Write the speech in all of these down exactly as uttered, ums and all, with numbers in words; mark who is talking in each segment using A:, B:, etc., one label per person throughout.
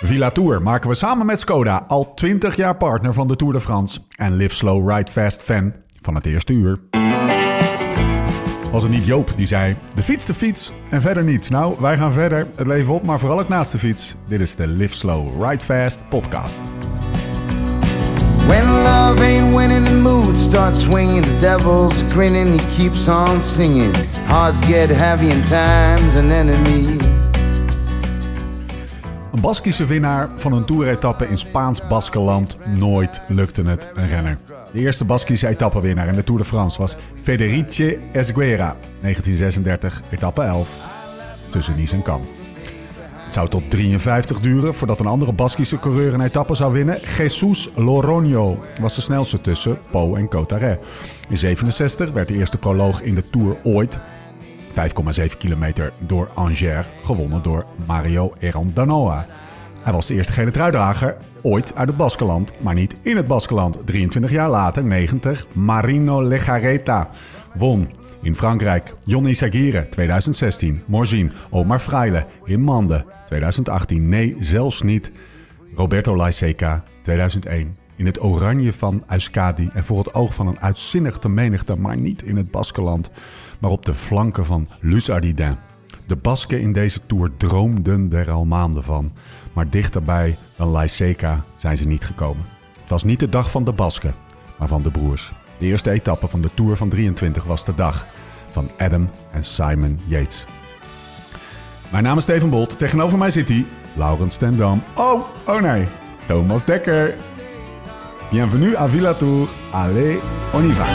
A: Villa Tour maken we samen met Skoda al twintig jaar partner van de Tour de France. En Live Slow Ride Fast fan van het eerste uur. Was het niet Joop die zei, de fiets, de fiets en verder niets. Nou, wij gaan verder, het leven op, maar vooral ook naast de fiets. Dit is de Live Slow Ride Fast podcast.
B: When love ain't winning, the mood starts swinging. The devil's grinning, he keeps on singing. Hearts get heavy and time's an enemy.
A: Een Baskische winnaar van een toeretappe in Spaans Baskenland. Nooit lukte het een renner. De eerste Baskische etappenwinnaar in de Tour de France was Federici Esguera. negentien zesendertig, etappe elf, tussen Nice en Cannes. Het zou tot drieënvijftig duren voordat een andere Baskische coureur een etappe zou winnen. Jesus Loronio was de snelste tussen Po en Cotarret. In zevenenzestig werd de eerste proloog in de Tour ooit, vijf komma zeven kilometer door Angers, gewonnen door Mario Erandanoa. Hij was de eerste gele truidrager ooit uit het Baskenland, maar niet in het Baskenland. drieëntwintig jaar later, negentig, Marino Lejarreta won. In Frankrijk, Johnny Sagire, tweeduizend zestien. Morzine, Omar Fraile in Mande, tweeduizend achttien. Nee, zelfs niet. Roberto Laiseca, tweeduizend één. In het oranje van Euskadi en voor het oog van een uitzinnig te menigte, maar niet in het Baskenland, maar op de flanken van Luz Ardiden. De Basken in deze Tour droomden er al maanden van, maar dichterbij dan Laiseca zijn ze niet gekomen. Het was niet de dag van de Basken, maar van de broers. De eerste etappe van de Tour van drieëntwintig was de dag van Adam en Simon Yates. Mijn naam is Steven Bolt. Tegenover mij zit hij, Laurens ten Dam. Oh, oh nee, Thomas Dekker. Bienvenue à Villa Tour. Allez, on y va.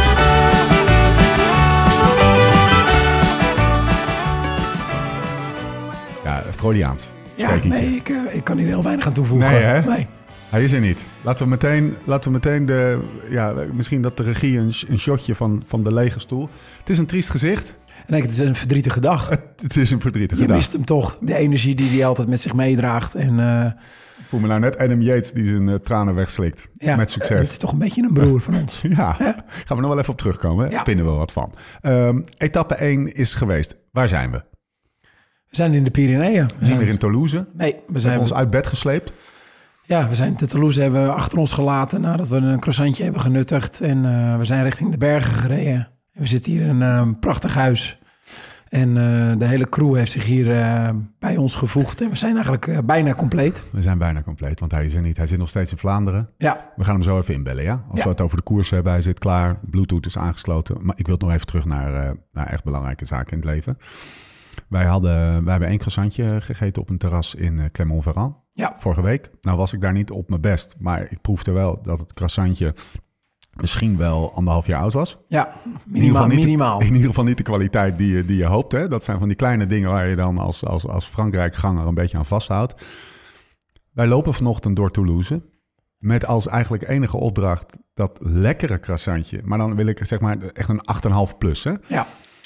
A: Ja, Freudiaans.
C: Ja, nee, ik, uh, ik kan hier heel weinig aan toevoegen.
A: Nee, hè?
C: Nee.
A: Hij is er niet. Laten we meteen, laten we meteen de, ja, misschien dat de regie een, een shotje van, van de lege stoel. Het is een triest gezicht.
C: Nee, het is een verdrietige dag.
A: Het, het is een verdrietige
C: Je
A: dag.
C: Je mist hem toch, de energie die hij altijd met zich meedraagt. En, uh,
A: ik voel me nou net Adam Yates die zijn uh, tranen wegslikt.
C: Ja,
A: met succes.
C: Het is toch een beetje een broer van ons.
A: Ja, ja, gaan we nog wel even op terugkomen. Hè?
C: Ja.
A: Vinden we wat van. Um, etappe één is geweest. Waar zijn we?
C: We zijn in de Pyreneeën.
A: We zijn weer in Toulouse.
C: Nee, we
A: we
C: zijn
A: hebben ons uit bed gesleept.
C: Ja, we zijn de Toulouse hebben we achter ons gelaten nadat we een croissantje hebben genuttigd. En uh, we zijn richting de bergen gereden. We zitten hier in een uh, prachtig huis. En uh, de hele crew heeft zich hier uh, bij ons gevoegd. En we zijn eigenlijk uh, bijna compleet.
A: We zijn bijna compleet, want hij is er niet. Hij zit nog steeds in Vlaanderen.
C: Ja.
A: We gaan hem zo even inbellen, ja? Als
C: ja.
A: we het over de koers hebben, hij zit klaar. Bluetooth is aangesloten. Maar ik wil nog even terug naar, uh, naar echt belangrijke zaken in het leven. Wij, hadden, wij hebben één croissantje gegeten op een terras in uh, Clermont-Ferrand.
C: Ja.
A: Vorige week. Nou was ik daar niet op mijn best. Maar ik proefde wel dat het croissantje misschien wel anderhalf jaar oud was.
C: Ja, minimaal.
A: In ieder geval niet,
C: minimaal.
A: De, in ieder geval niet de kwaliteit die je, die je hoopt. Hè? Dat zijn van die kleine dingen waar je dan als, als, als Frankrijk-ganger een beetje aan vasthoudt. Wij lopen vanochtend door Toulouse. Met als eigenlijk enige opdracht dat lekkere croissantje. Maar dan wil ik zeg maar echt een acht komma vijf plus. Hè?
C: Ja.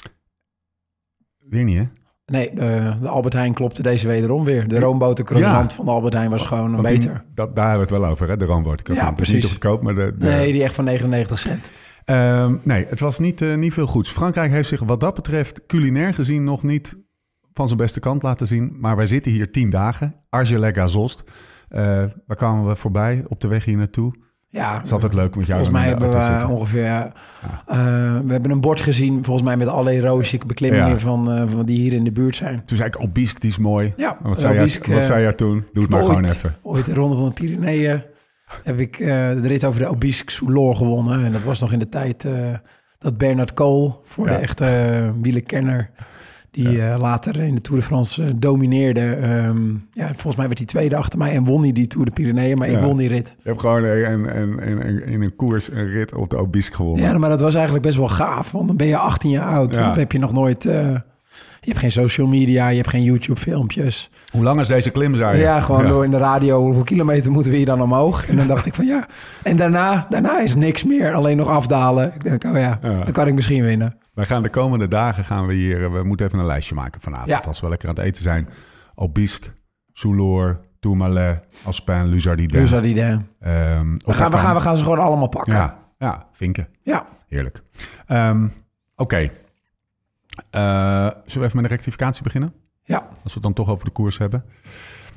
A: Weer niet, hè?
C: Nee, de, de Albert Heijn klopte deze wederom weer. De roomboter croissant ja. van de Albert Heijn was gewoon
A: Want
C: beter.
A: Die, dat, daar hebben we het wel over, hè? De roomboter croissant.
C: Ja, precies.
A: Niet te goedkoop, maar de, de...
C: Nee, die echt van negenennegentig cent.
A: Um, nee, het was niet, uh, niet veel goeds. Frankrijk heeft zich wat dat betreft culinair gezien nog niet van zijn beste kant laten zien. Maar wij zitten hier tien dagen. Argelès-Gazost. Uh, waar kwamen we voorbij op de weg hier naartoe?
C: Ja,
A: is altijd leuk met jou.
C: Volgens mij hebben we zitten. ongeveer... Ja. Uh, we hebben een bord gezien, volgens mij met alle roosje beklimmingen ja. van, uh, van die hier in de buurt zijn.
A: Toen zei ik, Aubisque, die is mooi.
C: Ja,
A: wat zei,
C: Aubisque,
A: jij, wat zei jij toen? Doe het maar
C: ooit,
A: gewoon even.
C: Ooit de Ronde van de Pyreneeën heb ik uh, de rit over de Aubisque-Soulor gewonnen. En dat was nog in de tijd uh, dat Bernard Kool, voor ja. de echte uh, wielerkenner, die ja. uh, later in de Tour de France uh, domineerde. Um, ja, volgens mij werd hij tweede achter mij en won hij die Tour de Pyreneeën, maar ja. ik won die rit.
A: Je hebt gewoon in, in, in, in een koers een rit op de Aubisque gewonnen.
C: Ja, maar dat was eigenlijk best wel gaaf, want dan ben je achttien jaar oud. Ja. Dan heb je nog nooit... Uh, je hebt geen social media, je hebt geen YouTube-filmpjes.
A: Hoe lang is deze klim, zei je?
C: Ja, gewoon ja. door in de radio. Hoeveel kilometer moeten we hier dan omhoog? En dan dacht ik van ja. En daarna, daarna is niks meer, alleen nog afdalen. Ik denk, oh ja, ja. dan kan ik misschien winnen.
A: Wij gaan de komende dagen gaan we hier... We moeten even een lijstje maken vanavond. Ja. Als we lekker aan het eten zijn. Aubisque, Soulor, Tourmalet, Aspin, Luzardiden.
C: Luzardiden. Um, we, gaan, we, gaan, we gaan ze gewoon allemaal pakken.
A: Ja, ja vinken.
C: Ja.
A: Heerlijk. Um, Oké. Okay. Uh, zullen we even met een rectificatie beginnen?
C: Ja.
A: Als we het dan toch over de koers hebben.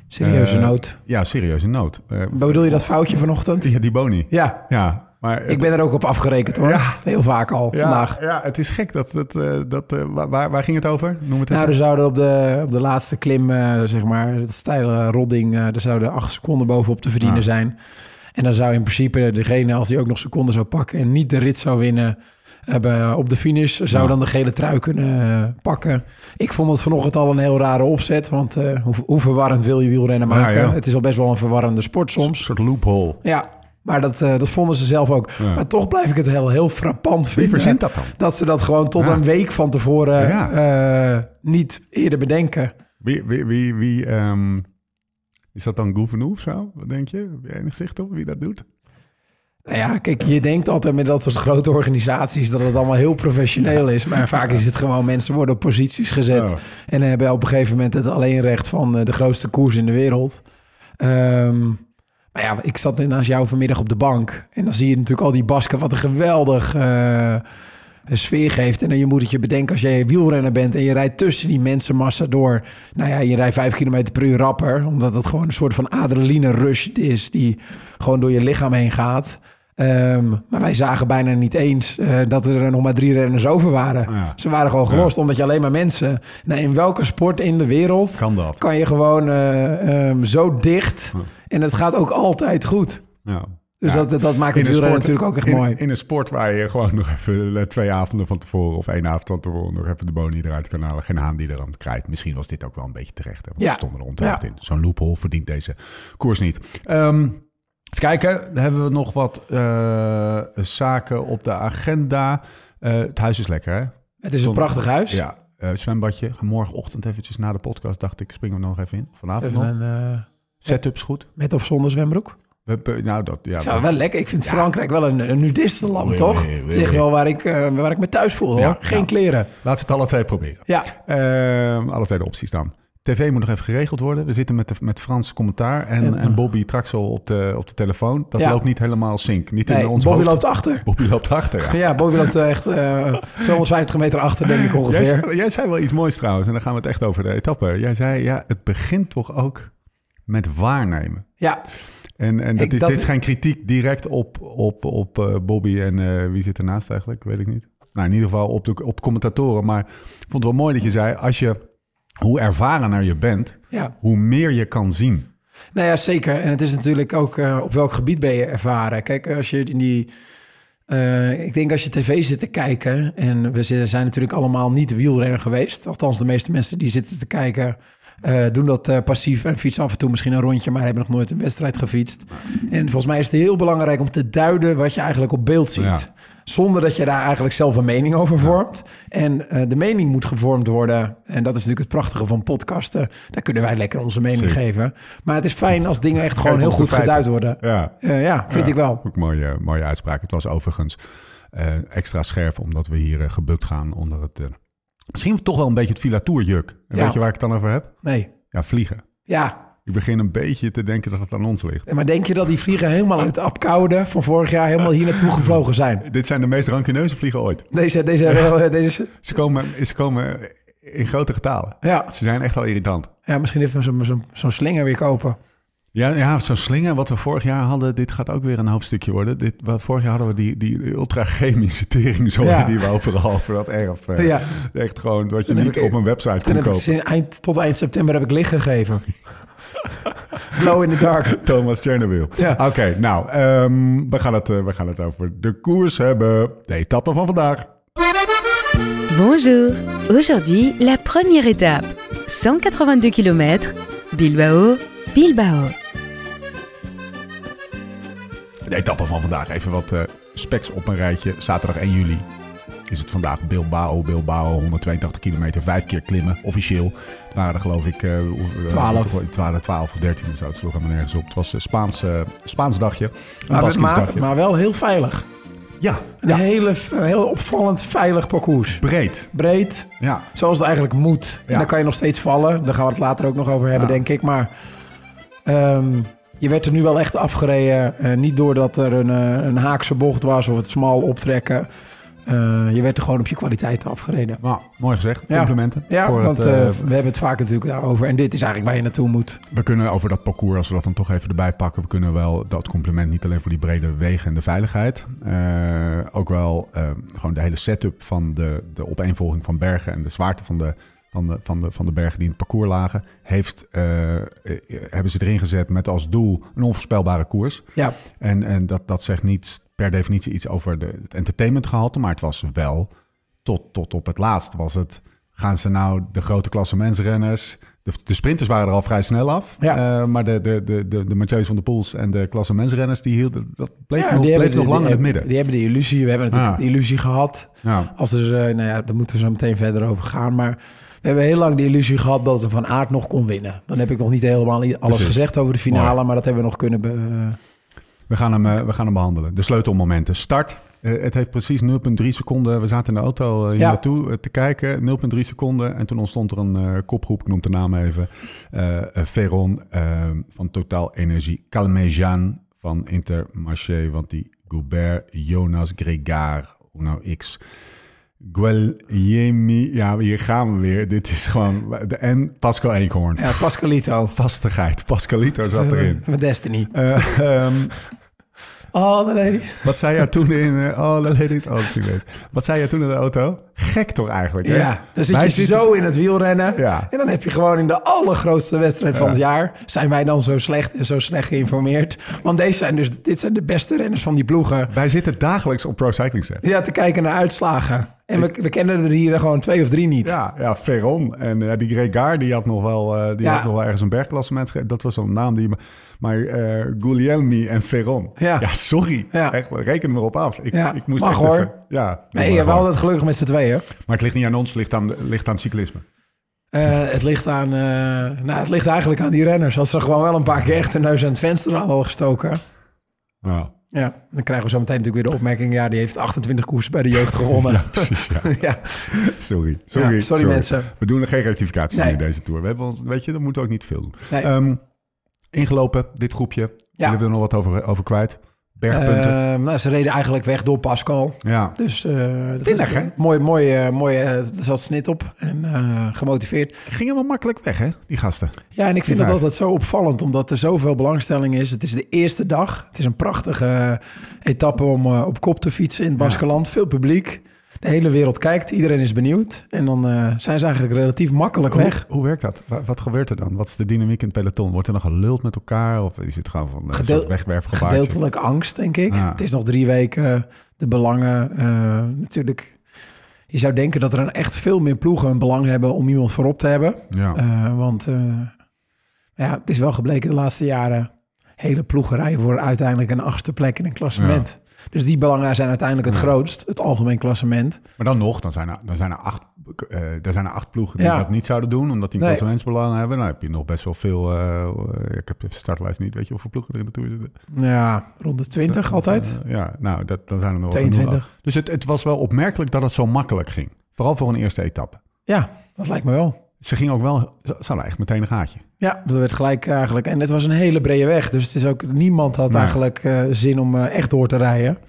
C: Serieuze
A: Uh,
C: nood.
A: Ja, serieuze nood. Uh,
C: Bedoel je dat foutje vanochtend?
A: Ja, die Boni.
C: Ja.
A: Ja. Maar
C: ik ben er ook op afgerekend hoor. Ja. Heel vaak al
A: ja,
C: vandaag.
A: Ja, het is gek. Dat, dat, uh, dat, uh, waar, waar ging het over? Noem het even.
C: Nou, er zouden op de, op de laatste klim, uh, zeg maar, het steile rodding, uh, er zouden acht seconden bovenop te verdienen ja. zijn. En dan zou in principe degene, als die ook nog seconden zou pakken en niet de rit zou winnen, hebben op de finish, zou ja. dan de gele trui kunnen uh, pakken. Ik vond het vanochtend al een heel rare opzet, want uh, hoe, hoe verwarrend wil je wielrennen maken? Ja, ja. Het is al best wel een verwarrende sport soms.
A: Een soort loophole.
C: Ja. Maar dat, uh, dat vonden ze zelf ook. Ja. Maar toch blijf ik het heel, heel frappant vinden.
A: Wie verzint dat dan?
C: Dat ze dat gewoon tot ja. een week van tevoren ja. uh, niet eerder bedenken.
A: Wie, wie, wie, wie um, is dat dan Gouvenou of zo? Wat denk je? Heb je enig zicht op wie dat doet?
C: Nou ja, kijk, je denkt altijd met dat soort grote organisaties dat het allemaal heel professioneel is. Maar vaak is het gewoon mensen worden op posities gezet. Oh. En hebben op een gegeven moment het alleenrecht van de grootste koers in de wereld. Um, Maar ja, ik zat naast jou vanmiddag op de bank. En dan zie je natuurlijk al die Basken wat een geweldig uh, sfeer geeft. En dan je moet het je bedenken als jij wielrenner bent en je rijdt tussen die mensenmassa door. Nou ja, je rijdt vijf kilometer per uur rapper. Omdat het gewoon een soort van adrenaline rush is die gewoon door je lichaam heen gaat. Um, maar wij zagen bijna niet eens uh, dat er nog maar drie renners over waren. Ja. Ze waren gewoon gelost, ja. omdat je alleen maar mensen... Nou, in welke sport in de wereld
A: kan, dat?
C: kan je gewoon uh, um, zo dicht... Ja. En het gaat ook altijd goed.
A: Ja.
C: Dus ja. dat, dat maakt het wielrennen natuurlijk ook echt
A: in,
C: mooi.
A: In een sport waar je gewoon nog even twee avonden van tevoren... of één avond van tevoren nog even de Boni eruit kan halen. Geen haan die er aan krijgt. Misschien was dit ook wel een beetje terecht. Hè, want ja. er stonden er onterecht ja. in. Zo'n loophole verdient deze koers niet. Um, Even kijken, hebben we nog wat uh, zaken op de agenda. Uh, het huis is lekker, hè?
C: Het is een prachtig huis.
A: Ja, uh, zwembadje. Morgenochtend eventjes na de podcast dacht ik, springen we nog even in. Vanavond even nog. Een, uh, Setups goed.
C: Met of zonder zwembroek?
A: We, nou, dat, ja,
C: zou wel lekker. Ik vind ja. Frankrijk wel een, een nudistenland, oui, toch? Oui, oui, het is echt wel waar ik, uh, waar ik me thuis voel, hoor. Ja, Geen ja. kleren.
A: Laten we het alle twee proberen.
C: Ja.
A: Uh, alle twee de opties dan. tv moet nog even geregeld worden. We zitten met, de, met Frans commentaar en, en, en Bobby Traxel op de, op de telefoon. Dat ja. loopt niet helemaal sync. Niet
C: nee,
A: in ons
C: Bobby
A: hoofd.
C: loopt achter.
A: Bobby loopt achter, ja.
C: Ja, Bobby loopt echt uh, tweehonderdvijftig meter achter, denk ik ongeveer.
A: Jij zei, jij zei wel iets moois trouwens. En dan gaan we het echt over de etappe. Jij zei, ja, het begint toch ook met waarnemen.
C: Ja.
A: En, en dat ik, is, dat... dit is geen kritiek direct op, op, op uh, Bobby en uh, wie zit ernaast eigenlijk, weet ik niet. Nou, in ieder geval op, de, op commentatoren. Maar ik vond het wel mooi dat je zei, als je... hoe ervarener je bent, ja. hoe meer je kan zien.
C: Nou ja, zeker. En het is natuurlijk ook uh, op welk gebied ben je ervaren. Kijk, als je in die... Uh, ik denk als je tv zit te kijken... en we zijn natuurlijk allemaal niet wielrenner geweest. Althans, de meeste mensen die zitten te kijken... Uh, doen dat uh, passief en fietsen af en toe misschien een rondje... maar hebben nog nooit een wedstrijd gefietst. En volgens mij is het heel belangrijk om te duiden... wat je eigenlijk op beeld ziet. Ja. Zonder dat je daar eigenlijk zelf een mening over vormt. Ja. En uh, de mening moet gevormd worden. En dat is natuurlijk het prachtige van podcasten. Daar kunnen wij lekker onze mening Zeker. geven. Maar het is fijn als dingen echt gewoon heel goed geduid worden. Ja, uh, ja vind ja, ik wel.
A: Ook mooie, mooie uitspraak. Het was overigens uh, extra scherp... omdat we hier uh, gebukt gaan onder het... Uh, misschien toch wel een beetje het filatourjuk. En ja. weet je waar ik het dan over heb?
C: Nee.
A: Ja, vliegen.
C: Ja.
A: Ik begin een beetje te denken dat het aan ons ligt.
C: Maar denk je dat die vliegen helemaal uit de Apkoude van vorig jaar helemaal hier naartoe gevlogen zijn?
A: Dit zijn de meest rancuneuze vliegen ooit.
C: Deze, deze, deze...
A: Ze, komen, ze komen in grote getalen.
C: Ja.
A: Ze zijn echt wel irritant.
C: Ja, misschien even zo'n zo, zo slinger weer kopen.
A: Ja, ja, zo'n slinger wat we vorig jaar hadden, dit gaat ook weer een hoofdstukje worden. Dit, vorig jaar hadden we die, die ultra-chemische teringzooi ja. die we overal over dat erf. Uh, ja. Echt gewoon wat je toen niet ik, op een website kon kopen.
C: Ik, eind, tot eind september heb ik licht gegeven. Glow in the dark.
A: Thomas Chernobyl. Ja. Oké, okay, nou, um, we, gaan het, uh, we gaan het over de koers hebben. De etappe van vandaag.
D: Bonjour. Aujourd'hui, la première étape. cent quatre-vingt-deux kilomètres. Bilbao, Bilbao.
A: De etappe van vandaag. Even wat uh, specs op een rijtje. Zaterdag één juli is het vandaag Bilbao, Bilbao, honderdtweeëntachtig kilometer, vijf keer klimmen, officieel. Het waren er geloof ik uh,
C: twaalf.
A: Het waren twaalf of dertien, zo, het sloeg helemaal nergens op. Het was een Spaans, uh, Spaans dagje, een
C: maar,
A: Baskisch
C: maar,
A: dagje.
C: Maar wel heel veilig.
A: Ja.
C: Een ja. hele, heel opvallend veilig parcours.
A: Breed.
C: Breed, ja. Zoals het eigenlijk moet. Ja. En dan kan je nog steeds vallen. Daar gaan we het later ook nog over hebben, ja. denk ik. Maar um, je werd er nu wel echt afgereden. Uh, niet doordat er een, uh, een haakse bocht was of het smal optrekken. Uh, je werd er gewoon op je kwaliteiten afgereden.
A: Nou, mooi gezegd. Complimenten.
C: Ja, ja
A: voor
C: want
A: het,
C: uh,
A: uh,
C: we hebben het vaak natuurlijk daarover. En dit is eigenlijk waar je naartoe moet.
A: We kunnen over dat parcours, als we dat dan toch even erbij pakken... we kunnen wel dat compliment niet alleen voor die brede wegen en de veiligheid... Uh, ook wel uh, gewoon de hele setup van de, de opeenvolging van bergen... en de zwaarte van de, van de, van de, van de bergen die in het parcours lagen... Heeft, uh, hebben ze erin gezet met als doel een onvoorspelbare koers.
C: Ja. En,
A: en dat, dat zegt niet per definitie iets over de, het entertainmentgehalte... maar het was wel, tot, tot op het laatst was het... gaan ze nou de grote klassementsrenners... De, de sprinters waren er al vrij snel af.
C: Ja.
A: Uh, maar de, de, de, de, de Mathieu's van der Poels en de klassementsrenners... die hielden, dat bleef
C: ja,
A: nog,
C: die
A: bleef nog
C: de,
A: lang
C: die,
A: in het midden.
C: Die hebben de illusie. We hebben natuurlijk
A: ah.
C: de illusie gehad.
A: Ja.
C: Als er, uh, nou ja, daar moeten we zo meteen verder over gaan. Maar we hebben heel lang de illusie gehad dat er Van Aert nog kon winnen. Dan heb ik nog niet helemaal alles Precies. gezegd over de finale... Mooi. Maar dat hebben we nog kunnen... Be, uh...
A: we, gaan hem, uh, we gaan hem behandelen. De sleutelmomenten. Start. Uh, het heeft precies nul komma drie seconden. We zaten in de auto uh, hier ja. naartoe uh, te kijken. nul komma drie seconden. En toen ontstond er een uh, kopgroep. Ik noem de naam even. Uh, uh, Veron uh, van Total Energie. Calmejean van Intermarché. Want die Goubert, Jonas Gregard, Uno X... Guglielmi, ja, hier gaan we weer. Dit is gewoon... De, en Pascal Eenkhoorn.
C: Ja, Pascalito.
A: Vastigheid. Pascalito zat erin.
C: Met Destiny.
A: Uh, um,
C: oh, the lady.
A: Wat zei jij toen in... Uh, oh, the ladies. Oh, wat zei jij toen in de auto? Gek toch eigenlijk, hè?
C: Ja, dan zit wij je zitten... zo in het wielrennen.
A: Ja.
C: En dan heb je gewoon in de allergrootste wedstrijd ja. van het jaar... zijn wij dan zo slecht en zo slecht geïnformeerd. Want deze zijn dus, dit zijn de beste renners van die ploegen.
A: Wij zitten dagelijks op Pro Cycling Stats.
C: Ja, te kijken naar uitslagen. En we, we kennen er hier gewoon twee of drie niet.
A: Ja, ja Veron. En uh, die Gregard, die had nog wel, uh, die ja. had nog wel ergens een bergklassement. Dat was een naam die... Maar uh, Guglielmi en Veron. Ja, ja sorry. Ja. Echt, reken me erop af. Ik,
C: ja.
A: ik moest
C: mag
A: echt
C: hoor.
A: Even, ja,
C: nee, we hadden het gelukkig met z'n tweeën.
A: Maar het ligt niet aan ons, het ligt aan, ligt aan het cyclisme.
C: Uh, het ligt aan... Uh, nou, het ligt eigenlijk aan die renners. Als ze gewoon wel een paar keer echt de neus aan het venster hadden gestoken.
A: Nou...
C: Ja, dan krijgen we zo meteen natuurlijk weer de opmerking... ja, die heeft achtentwintig koersen bij de jeugd gewonnen.
A: Ja, precies, ja. ja. Sorry, sorry,
C: ja, sorry, sorry mensen.
A: We doen er geen rectificatie
C: nee.
A: in deze tour. We hebben ons, weet je, dat moeten we ook niet veel doen.
C: Nee.
A: Um, ingelopen, dit groepje. Ja. Jullie willen nog wat over, over kwijt? Bergpunten?
C: Uh, nou, ze reden eigenlijk weg door Pascal.
A: Ja.
C: Dus uh, dat
A: Vinnig, hè?
C: Mooi, mooi, uh, mooi. Uh, er zat snit op en uh, gemotiveerd.
A: Gingen wel makkelijk weg, hè, die gasten?
C: Ja, en ik vind dat altijd zo opvallend, omdat er zoveel belangstelling is. Het is de eerste dag. Het is een prachtige uh, etappe om uh, op kop te fietsen in het Baskeland. Ja. Veel publiek. De hele wereld kijkt, iedereen is benieuwd. En dan uh, zijn ze eigenlijk relatief makkelijk
A: hoe,
C: weg.
A: Hoe werkt dat? Wat, wat gebeurt er dan? Wat is de dynamiek in het peloton? Wordt er nog geluld met elkaar? Of is het gewoon van een Gedeel- soort wegwerfgebaartje?
C: Gedeeltelijk angst, denk ik.
A: Ah.
C: Het is nog drie weken. De belangen, uh, natuurlijk... Je zou denken dat er een echt veel meer ploegen een belang hebben om iemand voorop te hebben.
A: Ja.
C: Uh, want uh, ja, het is wel gebleken de laatste jaren... hele ploegerijen voor uiteindelijk een achtste plek in een klassement. Ja. Dus die belangen zijn uiteindelijk het ja. grootst, het algemeen klassement.
A: Maar dan nog, dan zijn er, dan zijn er, acht, uh, er, zijn er acht ploegen die
C: ja.
A: dat niet zouden doen, omdat die een
C: nee.
A: klassementsbelang hebben. Dan heb je nog best wel veel, uh, ik heb de startlijst niet, weet je hoeveel ploegen er in de Tour zitten?
C: Ja, rond de twintig altijd.
A: Uh, ja, nou, dat, dan zijn er nog
C: tweeëntwintig.
A: Dus het, het was wel opmerkelijk dat het zo makkelijk ging. Vooral voor een eerste etappe.
C: Ja, dat lijkt me wel.
A: Ze ging ook wel, ze hadden echt meteen een gaatje.
C: Ja, dat werd gelijk eigenlijk. En het was een hele brede weg. Dus het is ook, niemand had nee. eigenlijk uh, zin om uh, echt door te rijden.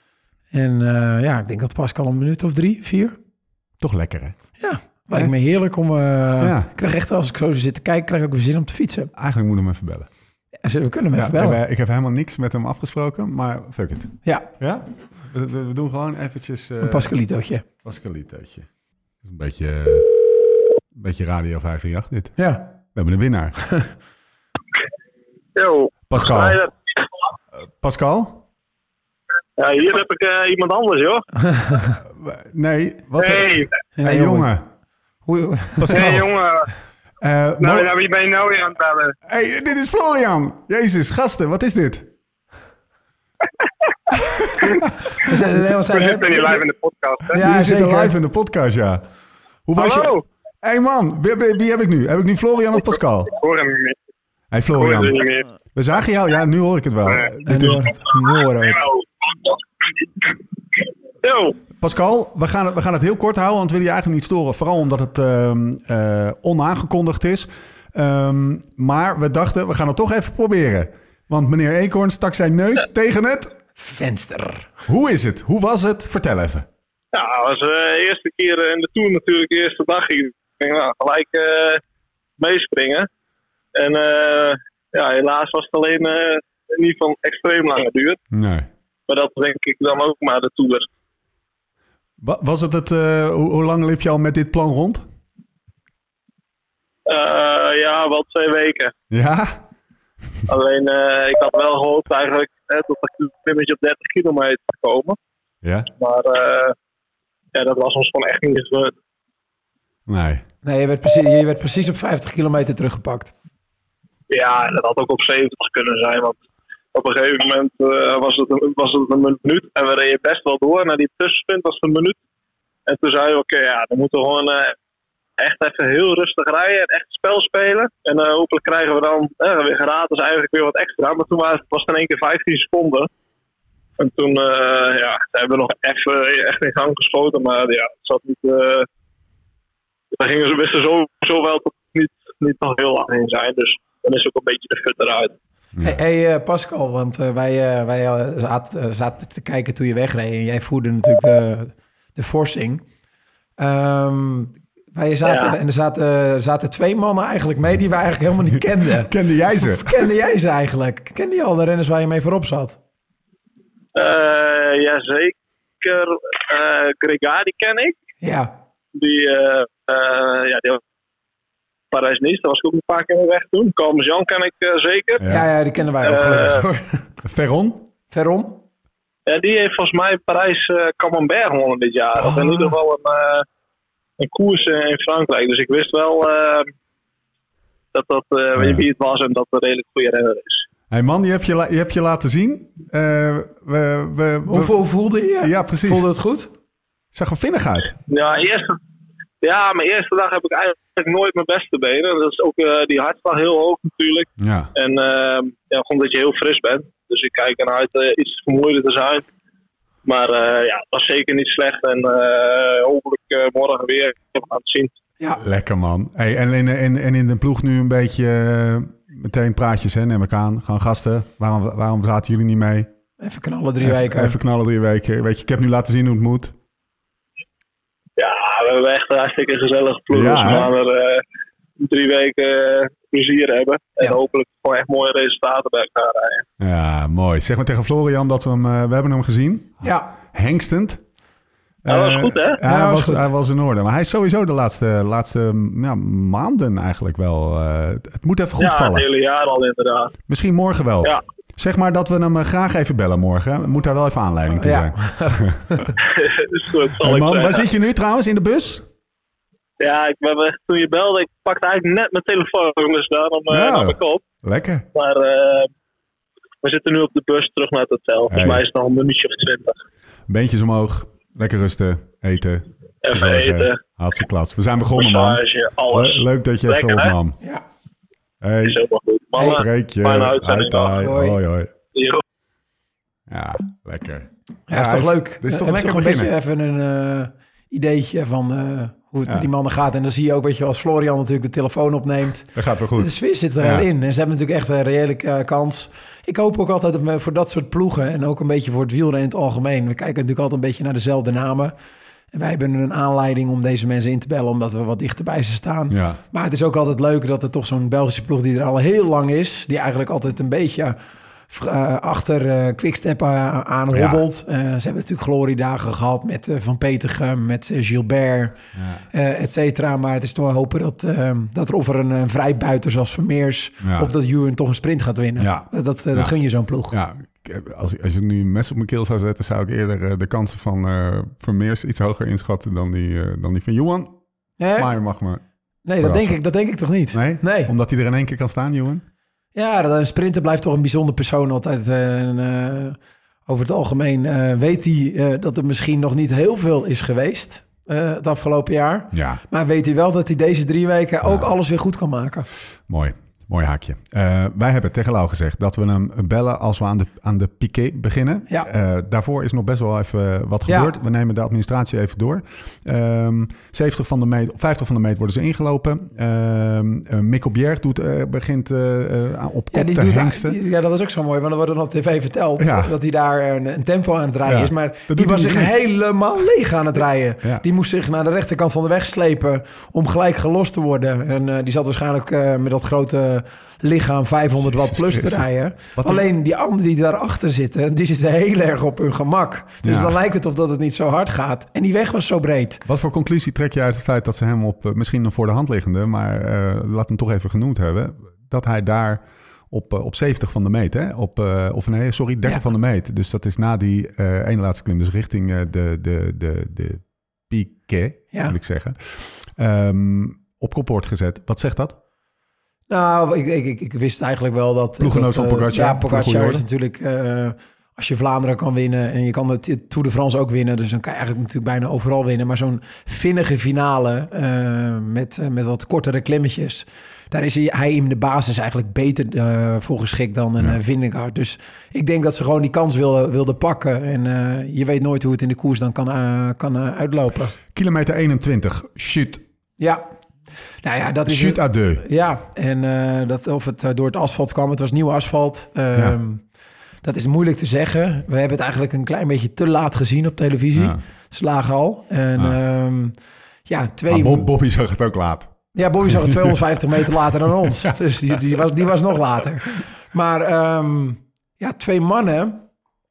C: En uh, ja, ik denk dat Pascal een minuut of drie, vier.
A: Toch lekker, hè?
C: Ja, lijkt me heerlijk om... Uh, ja. Ik krijg echt, als ik zo zit te kijken, krijg ik ook weer zin om te fietsen.
A: Eigenlijk moet ik hem even bellen.
C: Ja, we kunnen hem
A: ja,
C: even bellen.
A: Ik heb, ik heb helemaal niks met hem afgesproken, maar fuck it.
C: Ja.
A: Ja? We, we, we doen gewoon eventjes... Uh,
C: een Pascalitootje.
A: Pascalitootje. Het is een beetje, uh, een beetje Radio vijf drie acht dit.
C: Ja.
A: We hebben een winnaar.
E: Yo.
A: Pascal. Uh, Pascal?
E: Ja, hier heb ik uh, iemand anders, joh.
A: nee, wat?
E: Hey,
A: hey, hey jongen.
C: Hoe?
E: Pascal. Hey, jongen.
A: Uh,
E: nou,
A: maar...
E: nou, wie ben je nou weer aan het bellen?
A: Hey, dit is Florian. Jezus, gasten, wat is dit?
C: we zijn, nee, we zijn
E: we zitten hier live in de podcast, hè?
A: Ja, we zitten live in de podcast, ja. Hoe was
E: Hallo.
A: je? Hé hey man, wie, wie, wie heb ik nu? Heb ik nu Florian of Pascal?
E: Ik hoor hem niet meer.
A: Hey Florian.
E: Ik hoor hem niet meer.
A: We zagen jou, ja, nu hoor ik het wel.
E: Nee.
A: Dit is...
C: Nu horen we het.
E: Yo.
A: Pascal, we gaan, het, we gaan het heel kort houden, want we willen je eigenlijk niet storen. Vooral omdat het uh, uh, onaangekondigd is. Um, maar we dachten, we gaan het toch even proberen. Want meneer Eenkhoorn stak zijn neus tegen het...
C: venster.
A: Hoe is het? Hoe was het? Vertel even.
E: Ja, het was de eerste keer in de Tour natuurlijk, de eerste dag. Ik ging nou, gelijk uh, meespringen. En uh, ja, helaas was het alleen uh, niet van extreem lange duur.
A: Nee.
E: Maar dat denk ik dan ook maar de Tour.
A: Was het het, uh, hoe, hoe lang liep je al met dit plan rond?
E: Uh, ja, wel twee weken.
A: Ja?
E: Alleen, uh, ik had wel gehoopt eigenlijk hè, tot een klimmetje op dertig kilometer te komen.
A: Ja?
E: Maar uh, ja, dat was ons gewoon echt niet gebeurd.
A: Nee.
C: Nee, je werd precies, je werd precies op vijftig kilometer teruggepakt.
E: Ja, dat had ook op zeventig kunnen zijn. Want op een gegeven moment uh, was, het een, was het een minuut. En we reden best wel door. Naar die tussenpunt was het een minuut. En toen zeiden we, oké, okay, ja, dan moeten we gewoon uh, echt even heel rustig rijden. En echt het spel spelen. En uh, hopelijk krijgen we dan uh, weer gratis eigenlijk weer wat extra. Maar toen was het, was het in één keer vijftien seconden. En toen uh, ja, hebben we nog even echt in gang geschoten. Maar ja, het zat niet... Uh, daar gingen ze wisten zo, zo wel tot het niet, niet nog heel lang in zijn. Dus dan is ook een beetje de fut eruit.
C: Ja. Hey, hey uh, Pascal, want uh, wij, uh, wij uh, zaten, uh, zaten te kijken toen je wegreed. En jij voerde natuurlijk de, de forsing. Um, wij zaten, ja. En er zaten, zaten twee mannen eigenlijk mee die wij eigenlijk helemaal niet kenden.
A: Kende jij ze?
C: Of kende jij ze eigenlijk? Kende je al de renners waar je mee voorop zat?
E: Uh, Jazeker. Uh, Gregari ken ik.
C: Ja.
E: Die, uh, uh, ja, die Parijs-Nice, daar was ik ook een paar keer mee weg toen. Calmes-Jan ken ik uh, zeker.
C: Ja. ja, ja, die kennen wij ook gelukkig hoor.
A: Uh, Ferron?
C: Ferron?
E: Ja, die heeft volgens mij Parijs-Camembert uh, gewonnen dit jaar. Oh. Of in ieder geval een, uh, een koers uh, in Frankrijk. Dus ik wist wel uh, dat dat, uh, weet je wie het was en dat het een redelijk goede renner is.
A: Hey man, je hebt je, la- je, hebt je laten zien. Uh, we, we, we,
C: hoe, hoe voelde je?
A: Ja, precies.
C: Voelde het goed?
A: Zag er vinnig uit.
E: Ja, eerste, ja, mijn eerste dag heb ik eigenlijk nooit mijn beste benen. Dat is ook uh, die hartslag heel hoog natuurlijk.
A: Ja.
E: En uh, ja, gewoon dat je heel fris bent. Dus ik kijk ernaar uit uh, iets vermoeider te zijn. Maar uh, ja, het was zeker niet slecht. En uh, hopelijk uh, morgen weer. We gaan het zien.
C: Ja.
A: Lekker man. Hey, en, in, en, en in de ploeg nu een beetje uh, meteen praatjes, hè? Neem ik aan. Gewoon gasten. Waarom, waarom zaten jullie niet mee?
C: Even knallen drie
A: even,
C: weken.
A: Even knallen drie weken. Weet je, ik heb nu laten zien hoe het moet.
E: Ja, we hebben echt een hartstikke gezellige ploeg. Ja, dus we gaan er uh, drie weken uh, plezier hebben. En ja. hopelijk gewoon echt mooie resultaten bij elkaar rijden.
A: Ja, mooi. Zeg maar tegen Florian dat we hem... Uh, we hebben hem gezien.
C: Ja.
A: Hengstend.
E: Uh, hij was goed, hè?
A: Ja,
C: ja,
A: hij, was,
C: was
A: hij was in orde. Maar hij is sowieso de laatste, laatste ja, maanden eigenlijk wel... Uh, het moet even goed
E: ja,
A: vallen.
E: Ja, het hele jaar al inderdaad.
A: Misschien morgen wel.
E: Ja.
A: Zeg maar dat we hem uh, graag even bellen morgen. Moet daar wel even aanleiding toe zijn.
E: Ja. is goed, zal
A: hey man,
E: ik
A: waar zit je nu trouwens? In de bus?
E: Ja, ik ben echt, toen je belde, ik pakte eigenlijk net mijn telefoon dus daarom uh,
A: ja.
E: naar mijn kop.
A: Lekker.
E: Maar uh, we zitten nu op de bus terug naar het hotel. Volgens hey. mij is het nog een minuutje of twintig.
A: Beentjes omhoog, lekker rusten, eten.
E: Even zorgen. Eten.
A: Hartstikke klats. We zijn begonnen,
E: Massage,
A: man.
E: alles.
A: Le- leuk dat je
E: lekker,
A: even opnam.
C: Ja.
A: Hey.
E: Is helemaal goed. Mannen,
A: spreek je.
E: fijne uitzending.
A: Hoi, hoi. hoi, hoi.
E: Jo.
A: Ja, lekker.
C: Ja, ja is toch leuk?
A: Dit is toch
C: Heb
A: lekker
C: toch
A: beginnen.
C: een beetje even een uh, ideetje van uh, hoe het ja. met die mannen gaat. En dan zie je ook, weet je, als Florian natuurlijk de telefoon opneemt.
A: Dat gaat wel goed.
C: De sfeer zit er ja. in. En ze hebben natuurlijk echt een reële uh, kans. Ik hoop ook altijd voor dat soort ploegen en ook een beetje voor het wielrennen in het algemeen. We kijken natuurlijk altijd een beetje naar dezelfde namen. En wij hebben een aanleiding om deze mensen in te bellen, omdat we wat dichterbij ze staan.
A: Ja.
C: Maar het is ook altijd leuk dat er toch zo'n Belgische ploeg die er al heel lang is, die eigenlijk altijd een beetje uh, achter uh, Quickstep uh, aan hobbelt. Ja. Uh, ze hebben natuurlijk gloriedagen gehad met uh, Van Petegem, met uh, Gilbert, ja. uh, et cetera. Maar het is toch hopen dat, uh, dat er of er een, een vrijbuiter zoals Vermeers, ja. of dat Ewan toch een sprint gaat winnen. Ja. Dat, dat, uh,
A: ja.
C: dat gun je zo'n ploeg.
A: Ja. Als, als je nu een mes op mijn keel zou zetten, zou ik eerder uh, de kansen van uh, Vermeers iets hoger inschatten dan die, uh, dan die van Johan.
C: Ja.
A: Maar je mag me
C: Nee, dat denk, ik, dat denk ik toch niet?
A: Nee?
C: nee?
A: Omdat hij er in één keer kan staan, Johan?
C: Ja, een sprinter blijft toch een bijzonder persoon altijd. Uh, en, uh, over het algemeen uh, weet hij uh, dat er misschien nog niet heel veel is geweest uh, het afgelopen jaar.
A: Ja.
C: Maar weet hij wel dat hij deze drie weken ook ja. alles weer goed kan maken.
A: Mooi. Mooi haakje. Uh, wij hebben tegen Lau gezegd dat we hem bellen als we aan de, aan de piqué beginnen.
C: Ja.
A: Uh, daarvoor is nog best wel even wat gebeurd. Ja. We nemen de administratie even door. Um, zeventig van de meet, vijftig van de meet worden ze ingelopen. Um, uh, Mikkel Bjerg doet, uh, begint uh, uh, op kop
C: ja,
A: te
C: doet,
A: hengsten.
C: Die, ja, dat was ook zo mooi, want er wordt dan op tv verteld ja. dat hij daar een, een tempo aan het rijden ja. is. Maar dat die was zich niet. helemaal leeg aan het rijden. Ja. Die moest zich naar de rechterkant van de weg slepen om gelijk gelost te worden. En uh, die zat waarschijnlijk uh, met dat grote lichaam vijfhonderd watt plus te rijden. Wat Alleen een... die anderen die daarachter zitten, die zitten heel erg op hun gemak. Dus ja. dan lijkt het of dat het niet zo hard gaat. En die weg was zo breed.
A: Wat voor conclusie trek je uit het feit dat ze hem op, uh, misschien een voor de hand liggende, maar uh, laat hem toch even genoemd hebben, dat hij daar op, uh, op zeventig van de meet, hè? Op, uh, of nee, sorry, dertig ja. van de meet. Dus dat is na die uh, ene laatste klim, dus richting uh, de, de, de, de piqué, ja. wil ik zeggen. Um, op kop wordt gezet. Wat zegt dat?
C: Nou, ik, ik, ik wist eigenlijk wel dat...
A: Ploeggenoot van Pogacar.
C: Ja, Pogacar is natuurlijk... Uh, als je Vlaanderen kan winnen en je kan de Tour de France ook winnen, dus dan kan je eigenlijk natuurlijk bijna overal winnen. Maar zo'n vinnige finale uh, met, uh, met wat kortere klimmetjes, daar is hij, hij in de basis eigenlijk beter uh, voor geschikt dan een ja. Vingegaard. Dus ik denk dat ze gewoon die kans wilden, wilden pakken. En uh, je weet nooit hoe het in de koers dan kan, uh, kan uh, uitlopen.
A: Kilometer eenentwintig, chute.
C: Ja. Nou ja, dat is
A: chute à deux.
C: Ja, en uh, dat, of het uh, door het asfalt kwam. Het was nieuw asfalt. Um, ja. Dat is moeilijk te zeggen. We hebben het eigenlijk een klein beetje te laat gezien op televisie. Ja. Ze lagen al. En ja, um, ja twee...
A: Maar Bob, Bobby zag het ook laat.
C: Ja, Bobby zag het tweehonderdvijftig meter later dan ons. Ja. Dus die, die, was, die was nog later. Maar um, ja, twee mannen...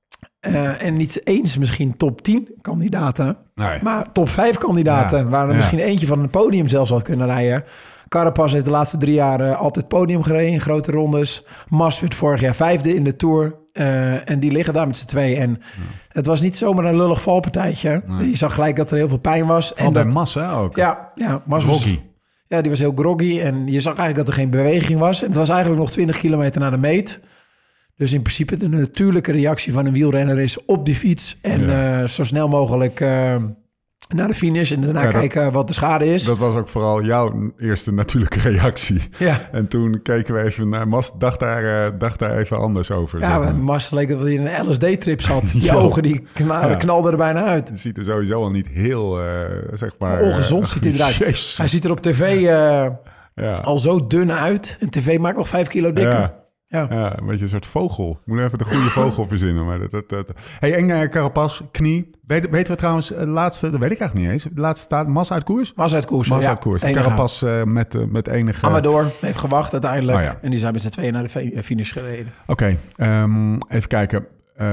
C: Uh, en niet eens misschien top tien kandidaten, nee. maar top vijf kandidaten. Ja. Waar er ja. misschien eentje van het podium zelfs had kunnen rijden. Carapaz heeft de laatste drie jaar uh, altijd podium gereden in grote rondes. Mas werd vorig jaar vijfde in de Tour. Uh, en die liggen daar met z'n tweeën. En ja. het was niet zomaar een lullig valpartijtje. Nee. Je zag gelijk dat er heel veel pijn was.
A: Al
C: en
A: bij
C: dat,
A: Mas, hè, ook.
C: Ja, ja Mas
A: groggy.
C: Was, ja, die was heel groggy. En je zag eigenlijk dat er geen beweging was. En het was eigenlijk nog twintig kilometer naar de meet. Dus in principe de natuurlijke reactie van een wielrenner is op die fiets. En ja. uh, zo snel mogelijk uh, naar de finish. En daarna ja, kijken dat, wat de schade is.
A: Dat was ook vooral jouw eerste natuurlijke reactie.
C: Ja.
A: En toen keken we even naar Mas, dacht daar, uh, dacht daar even anders over.
C: Ja, maar Mas leek dat hij een L S D-trip zat. Die ja. ogen die kna- ja. knalden er bijna uit.
A: Het ziet er sowieso al niet heel, uh, zeg maar...
C: maar ongezond uh, ziet hij eruit. Jezus. Hij ziet er op tv uh, ja. al zo dun uit. En tv maakt nog vijf kilo dikker.
A: Ja. Ja. ja, een beetje een soort vogel. Ik moet even de goede vogel verzinnen. Maar dat, dat, dat. Hey, en uh, Carapaz, knie. Weet, weten we trouwens, de laatste, dat weet ik eigenlijk niet eens. De laatste staat Mas uit koers?
C: Mas uit koers,
A: Mas
C: ja.
A: uit koers. Carapaz uh, met, uh, met enige...
C: Amador heeft gewacht uiteindelijk.
A: Oh, ja.
C: En die zijn met z'n tweeën naar de finish gereden.
A: Oké, okay, um, even kijken. Uh,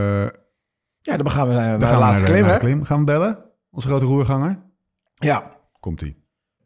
C: ja, dan gaan we naar, naar
A: dan
C: de
A: gaan
C: laatste
A: we
C: klim,
A: naar
C: hè?
A: de klim. Gaan we bellen? Onze grote roerganger?
C: Ja.
A: Komt-ie.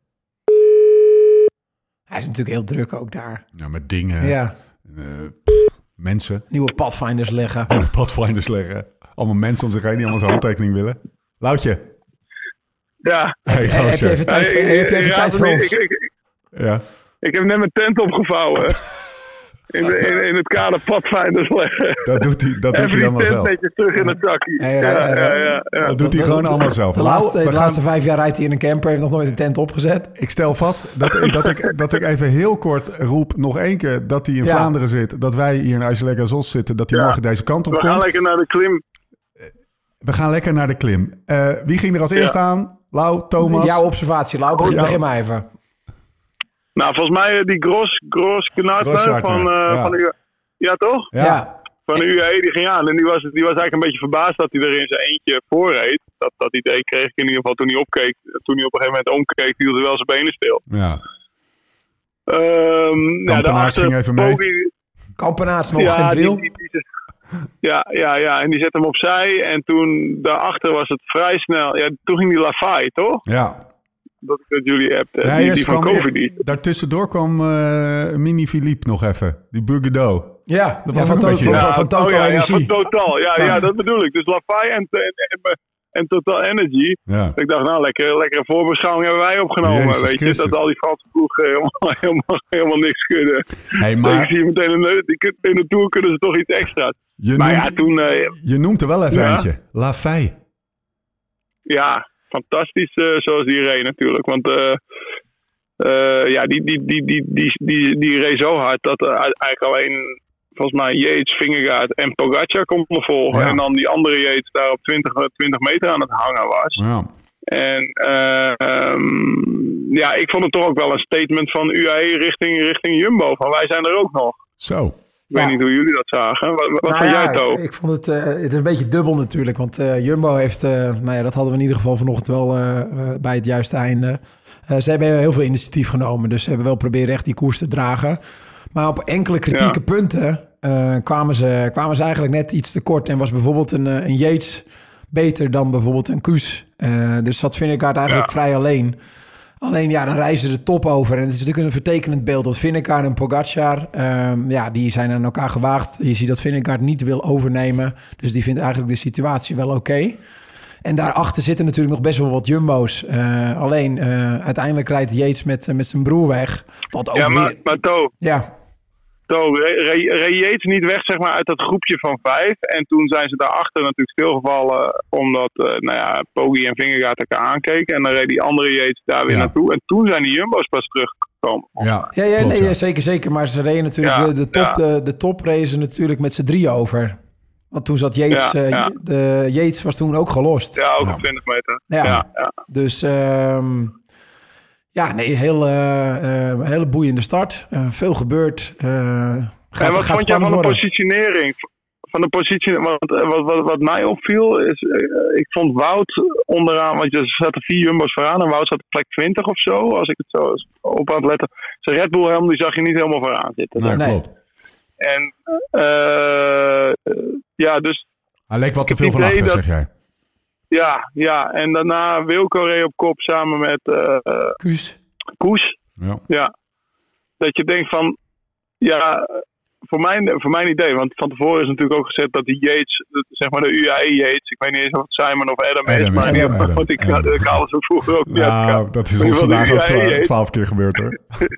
C: Hij is natuurlijk heel druk ook daar.
A: Ja, met dingen.
C: Ja.
A: Uh, mensen.
C: Nieuwe padfinders leggen.
A: Nieuwe padfinders leggen. Allemaal mensen om zich heen die allemaal zijn handtekening willen. Loutje.
E: Ja.
A: Hey,
C: hey, heb je even tijd voor, hey, heb je even tijd voor ons?
E: Ik, ik,
A: ja.
E: ik heb net mijn tent opgevouwen. In, de, in, in het kader padfinders leggen.
A: Dat doet hij, dat doet hij allemaal zelf.
E: Even die tent netjes terug in het zakje.
C: Hey, ja, ja, ja, ja,
A: ja. Dat doet hij gewoon allemaal zelf.
C: De laatste, de gaan... laatste vijf jaar rijdt hij in een camper. Heeft nog nooit een tent opgezet.
A: Ik stel vast dat, dat, ik, dat ik even heel kort roep nog één keer dat hij in ja. Vlaanderen zit. Dat wij hier in Aisselec-Azos zitten. Dat hij ja. morgen deze kant op
E: We
A: komt.
E: gaan lekker naar de klim.
A: We gaan lekker naar de klim. Uh, wie ging er als eerst ja. aan? Lau, Thomas?
C: Jouw observatie, Lau. Begin, begin maar even.
E: Nou, volgens mij die Gros, Gros Knartner van, uh, ja. van U... Ja, toch?
C: Ja.
E: Van de U A E die ging aan. En die was, die was eigenlijk een beetje verbaasd dat hij er in zijn eentje voorreed. Dat, dat idee kreeg ik in ieder geval toen hij opkeek. Toen hij op een gegeven moment omkeek, hield hij wel zijn benen stil.
A: Ja.
E: Um,
A: Kampenaars
E: ja,
A: ging even mee.
E: Poggi,
C: Kampenaars nog
E: ja,
C: in het wiel.
E: Die, die, die, ja, ja, ja, en die zette hem opzij. En toen daarachter was het vrij snel. Ja, toen ging die Lafay, toch?
A: Ja.
E: Dat ik dat jullie hebt.
A: Ja,
E: die, die van Covid.
A: Daartussendoor kwam uh, Mini Philippe nog even. Die Bourgodeau.
C: Ja,
A: dat was
C: ja,
A: ook
C: van,
A: een
C: to-
A: beetje...
C: van,
E: ja,
C: van Total
E: oh, ja,
C: Energie.
E: Ja, van Total. Ja, ja. ja, dat bedoel ik. Dus Lafay en, en, en, en Total Energy.
A: Ja.
E: Ik dacht, nou, lekker, lekkere voorbeschouwing hebben wij opgenomen.
A: Jezus
E: weet
A: Christus.
E: je, dat al die Franse ploegen helemaal, helemaal, helemaal niks schudden.
A: Hey, maar...
E: Ik zie meteen in de, in de Tour kunnen ze toch iets extra's.
A: Je
E: maar
A: noemt,
E: ja, toen... Uh,
A: je noemt er wel even
E: ja.
A: eentje. Lafay.
E: Ja, fantastisch uh, zoals die reed natuurlijk. Want uh, Uh, ja, die, die, die, die, die, die, die reed zo hard dat uh, eigenlijk alleen, volgens mij, Yates, Vingegaard en Pogacar konden volgen. Ja. En dan die andere Yates daar op twintig, twintig meter aan het hangen was.
A: Ja.
E: En uh, um, ja, ik vond het toch ook wel een statement van U A E richting, richting Jumbo. Van wij zijn er ook nog.
A: Zo.
E: Ik weet ja. niet hoe jullie dat zagen. Wat, wat
C: nou
E: vond
C: ja,
E: jij, To?
C: Ik, ik vond het, uh, het is een beetje dubbel natuurlijk. Want uh, Jumbo heeft, uh, nou ja, dat hadden we in ieder geval vanochtend wel uh, uh, bij het juiste einde. Uh, ze hebben heel veel initiatief genomen. Dus ze hebben wel proberen echt die koers te dragen. Maar op enkele kritieke ja. punten uh, kwamen, ze, kwamen ze eigenlijk net iets te kort. En was bijvoorbeeld een, een Yates beter dan bijvoorbeeld een Kuus. Uh, dus zat Vingegaard eigenlijk ja. vrij alleen. Alleen ja, dan reizen de top over. En het is natuurlijk een vertekenend beeld. Dat Vingegaard en Pogacar, um, ja, die zijn aan elkaar gewaagd. Je ziet dat Vingegaard niet wil overnemen. Dus die vindt eigenlijk de situatie wel oké. Okay. En daarachter zitten natuurlijk nog best wel wat Jumbo's. Uh, alleen, uh, uiteindelijk rijdt Yates met, uh, met zijn broer weg. Wat ook
E: ja, maar,
C: weer...
E: maar To...
C: Ja.
E: To, reed Yates niet weg, zeg maar, uit dat groepje van vijf. En toen zijn ze daarachter natuurlijk stilgevallen, omdat, uh, nou ja, Poggi en Vingegaard elkaar aankeken. En dan reed die andere Yates daar weer ja. naartoe. En toen zijn die Jumbo's pas teruggekomen.
A: Ja,
C: ja, ja, nee, ja. zeker, zeker. Maar ze reden natuurlijk, ja, de, de top, ja. de, de top reden natuurlijk met z'n drie over. Want toen zat Yates, ja, ja. Uh, de Yates was toen ook gelost.
E: Ja, ook
C: ja.
E: op twintig meter.
C: Ja,
E: ja, ja.
C: Dus... Um, Ja, nee, heel, uh, uh, hele boeiende start. Uh, veel gebeurd. Uh, gaat,
E: en wat
C: gaat
E: vond jij van
C: worden.
E: de positionering? Van de positie, want wat, wat, wat mij opviel is, uh, ik vond Wout onderaan, want er zaten vier Jumbo's vooraan en Wout zat op plek twintig of zo, als ik het zo op aan het letten. Zijn Red Bull helm, die zag je niet helemaal vooraan zitten.
A: Nee, nee. Klopt.
E: En uh, ja, dus...
A: Hij leek wat te veel van achter, dat, zeg jij.
E: Ja, ja, en daarna Wilco reed op kop samen met uh,
C: Kuus.
E: Koes.
A: Ja.
E: ja. Dat je denkt van, ja, voor mijn, voor mijn idee, want van tevoren is natuurlijk ook gezegd dat die Yates, zeg maar de U A E Yates, ik weet niet eens of het Simon of Adam, Adam is, maar
A: Adam,
E: die
A: Adam,
E: Adam, want ik haalde ze vroeger ook.
A: Nou, dat is ons vandaag ook twaalf keer gebeurd, hoor.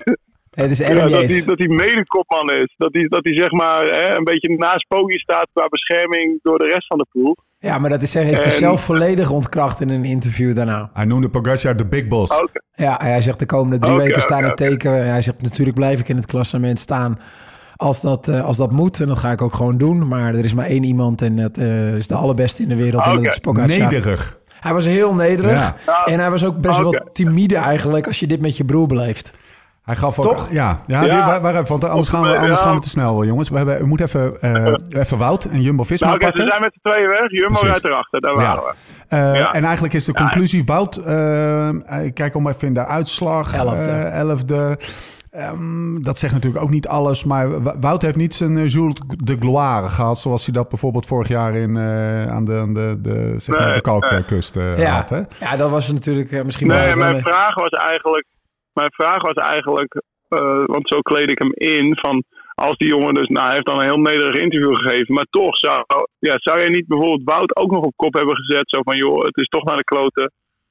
C: Het is Adam
E: ja,
C: Yates.
E: Dat hij, dat hij medekopman is. Dat hij, dat hij zeg maar hè, een beetje naast Poggi staat qua bescherming door de rest van de ploeg.
C: Ja, maar dat is, heeft hij en... zelf volledig ontkracht in een interview daarna.
A: Hij noemde Pogacar de big boss.
E: Okay.
C: Ja, hij zegt de komende drie okay, weken staan okay, in okay. teken. Hij zegt natuurlijk blijf ik in het klassement staan als dat, uh, als dat moet. En dat ga ik ook gewoon doen. Maar er is maar één iemand en dat uh, is de allerbeste in de wereld. Okay. En dat is Pogacar.
A: Nederig.
C: Hij was heel nederig. Ja.
E: Ja.
C: En hij was ook best okay. wel timide eigenlijk als je dit met je broer beleeft.
A: Hij gaf ook...
C: Toch?
A: Ja, ja, ja. Die, waar, waar even, want anders, gaan we, anders gaan we te snel, jongens. We, hebben, we moeten even, uh, even Wout en Jumbo-Visma
E: nou, okay,
A: pakken.
E: We zijn met z'n tweeën weg. Jumbo rijdt erachter, daar waren
A: ja.
E: we.
A: Uh, ja. En eigenlijk is de conclusie... Ja. Wout, uh, kijk om even in de uitslag.
C: Elfde.
A: Uh, elfde. Um, dat zegt natuurlijk ook niet alles. Maar Wout heeft niet zijn uh, Jules de Gloire gehad... zoals hij dat bijvoorbeeld vorig jaar in, uh, aan de, de, de, zeg maar nee, de Kalkkust uh,
C: ja.
A: had. Hè?
C: Ja, dat was natuurlijk uh, misschien
E: nee,
C: wel...
E: Nee, mijn vraag was eigenlijk... Mijn vraag was eigenlijk, uh, want zo kleed ik hem in, van als die jongen dus, nou hij heeft dan een heel nederig interview gegeven, maar toch zou, ja, zou je niet bijvoorbeeld Wout ook nog op kop hebben gezet, zo van joh, het is toch naar de kloten,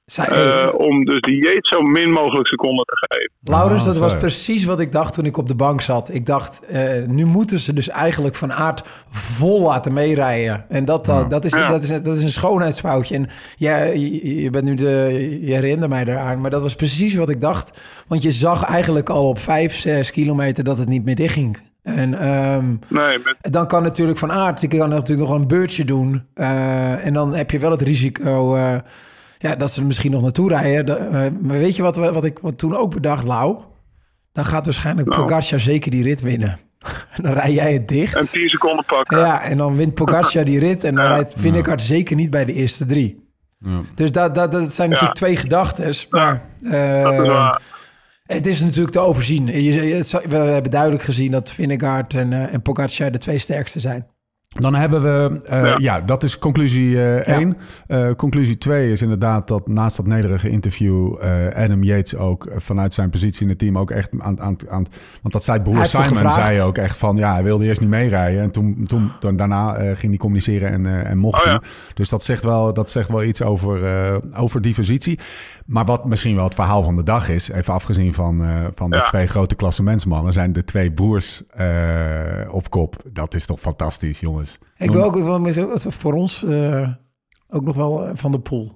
E: uh, om dus die Yates zo min mogelijk seconden te geven.
C: Laurens,
A: oh,
C: dat
A: sorry.
C: was precies wat ik dacht toen ik op de bank zat. Ik dacht, uh, nu moeten ze dus eigenlijk Van Aert vol laten meerijden. En dat, uh, ja. dat, is, ja. dat, is, dat is een schoonheidsfoutje. En ja, je, je bent nu de, je herinnert mij eraan, maar dat was precies wat ik dacht. Want je zag eigenlijk al op vijf, zes kilometer dat het niet meer dichtging. En um, nee, met... dan kan natuurlijk Van Aert, die kan natuurlijk nog een beurtje doen. Uh, en dan heb je wel het risico... Uh, Ja, dat ze er misschien nog naartoe rijden. Uh, maar weet je wat, wat ik wat toen ook bedacht, Lau? Dan gaat waarschijnlijk nou. Pogacar zeker die rit winnen. Dan rij jij het dicht.
E: En tien seconden pakken.
C: Ja, en dan wint Pogacar die rit. En dan ja. rijdt Vingegaard ja. zeker niet bij de eerste drie. Ja. Dus dat, dat, dat zijn natuurlijk ja. twee gedachten. Maar uh, dat is waar. Het is natuurlijk te overzien. Je, je, we hebben duidelijk gezien dat Vingegaard en, uh, en Pogacar de twee sterkste zijn.
A: Dan hebben we, uh, ja. ja, dat is conclusie één. Uh, ja. uh, conclusie twee is inderdaad dat naast dat nederige interview... Uh, Adam Yates ook uh, vanuit zijn positie in het team ook echt aan... aan, aan want dat zei broer Simon, zei ook echt van... ja, hij wilde eerst niet meerijden. En toen, toen, toen daarna uh, ging hij communiceren en, uh, en mocht hij. Oh, ja. Dus dat zegt wel, dat zegt wel iets over, uh, over die positie. Maar wat misschien wel het verhaal van de dag is... even afgezien van, uh, van de ja. twee grote klassementsmannen... zijn de twee broers uh, op kop. Dat is toch fantastisch, jongens.
C: Ik wil ook wel voor ons uh, ook nog wel Van der Poel.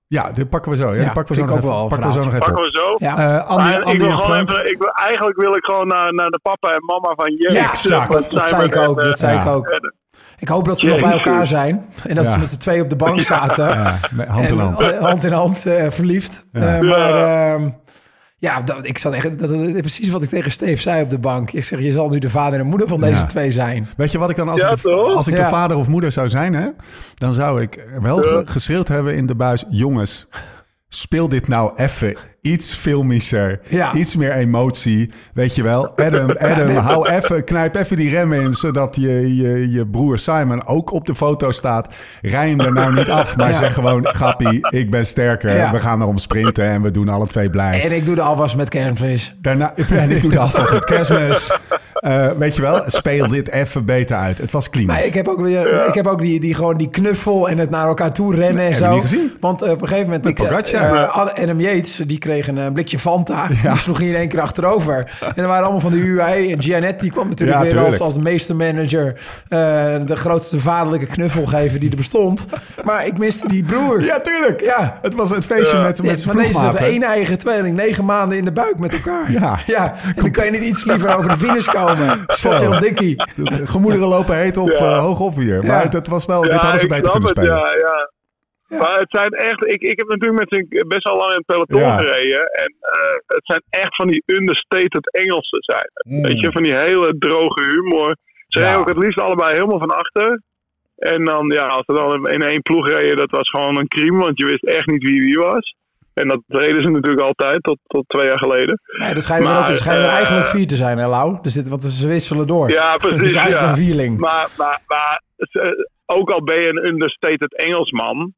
A: Ja, dit pakken we zo. Ja,
C: Ja,
A: die pakken we zo
C: vind
A: nog
C: ik ook
A: even,
C: wel
A: pakken we zo nog even
E: Pakken
A: op.
E: we zo.
C: Ja.
A: Eh, Andy,
E: Maar ik
A: Andy
E: wil
A: en
E: gewoon
A: Frank.
E: even, ik wil, eigenlijk wil ik gewoon naar, naar de papa en mama van Jerk.
C: Ja,
A: exact.
C: Dat, dat zei ik ook. Dat zei
A: Ja.
C: ik ook. Ik hoop dat ze nog bij elkaar zijn. En dat
A: Ja.
C: ze met z'n twee op de bank zaten.
A: Ja, met hand in
C: En,
A: hand.
C: eh, hand in hand, eh, verliefd.
A: Ja.
C: Eh, maar ehm, ja, dat, ik zat echt, dat, dat, dat- precies wat ik tegen Steve zei op de bank. Ik zeg, je zal nu de vader en de moeder van deze
A: Ja.
C: twee zijn.
A: Weet je wat ik dan, als
E: Ja,
A: ik, de,
E: toch?
A: als ik de
C: Ja.
A: vader of moeder zou zijn, hè, dan zou ik wel
E: Ja.
A: ge- geschreeuwd hebben in de buis. Jongens, speel dit nou even iets filmischer.
C: Ja.
A: Iets meer emotie. Weet je wel. Adam, Adam, hou even, knijp even die remmen in, zodat je, je, je broer Simon ook op de foto staat. Rij hem er nou niet af, maar
C: Ja.
A: zeg gewoon, grappie, ik ben sterker.
C: Ja.
A: We gaan erom sprinten en we doen alle twee blij.
C: En ik doe de afwas met kerstvis.
A: Daarna, en ik doe de afwas met kerstmis. Eh, weet je wel, speel dit even beter uit. Het was climax.
C: Maar ik heb ook weer, ik heb ook die, die gewoon die knuffel en het naar elkaar toe rennen en
A: Heb
C: zo.
A: je niet gezien?
C: Want eh, op een gegeven moment,
A: Met
C: ik,
A: Pogacar.
C: eh, Adam Yates, die kreeg een eh, blikje Fanta. Die sloeg hij in één keer achterover. En er waren allemaal van de U A E. En Gianetti die kwam natuurlijk
A: Ja,
C: weer
A: tuurlijk.
C: als, als de meestermanager eh, de grootste vaderlijke knuffel geven die er bestond. Maar ik miste die broer.
A: Ja, tuurlijk.
C: Ja.
A: Het was het feestje met, met
C: Ja,
A: zijn
C: maar deze
A: ploegmaten.
C: één eigen tweeling, negen maanden in de buik met elkaar.
A: Ja.
C: ja. En dan kan je niet iets liever over de finish komen.
A: Zo.
C: Tot heel dikkie.
A: De gemoederen lopen heet op,
E: Ja.
A: eh, hoog op hier.
C: Ja.
A: Maar het, het was wel, dit
E: Ja,
A: hadden ze
E: ik
A: beter
E: snap
A: kunnen
E: het,
A: spelen.
E: Ja, ja. Maar het zijn echt, ik, ik heb natuurlijk met z'n best al lang in het peloton
A: Ja.
E: gereden. En eh, het zijn echt van die understated Engelsen zijn het.
A: Mm.
E: Weet je, van die hele droge humor. Ze
A: Ja.
E: reden ook het liefst allebei helemaal van achter. En dan, ja, als ze dan in één ploeg reden, dat was gewoon een crime. Want je wist echt niet wie wie was. En dat reden ze natuurlijk altijd, tot, tot twee jaar geleden.
C: Nee, er schijnen er,
E: Maar,
C: ook, er, schijnen er
E: eh,
C: eigenlijk vier te zijn, hè, Lau? Dus dit, want ze wisselen door.
E: Ja,
C: Het
E: precies.
C: is eigenlijk
E: ja.
C: een vierling.
E: Maar, maar, maar eh, ook al ben je een understated Engelsman,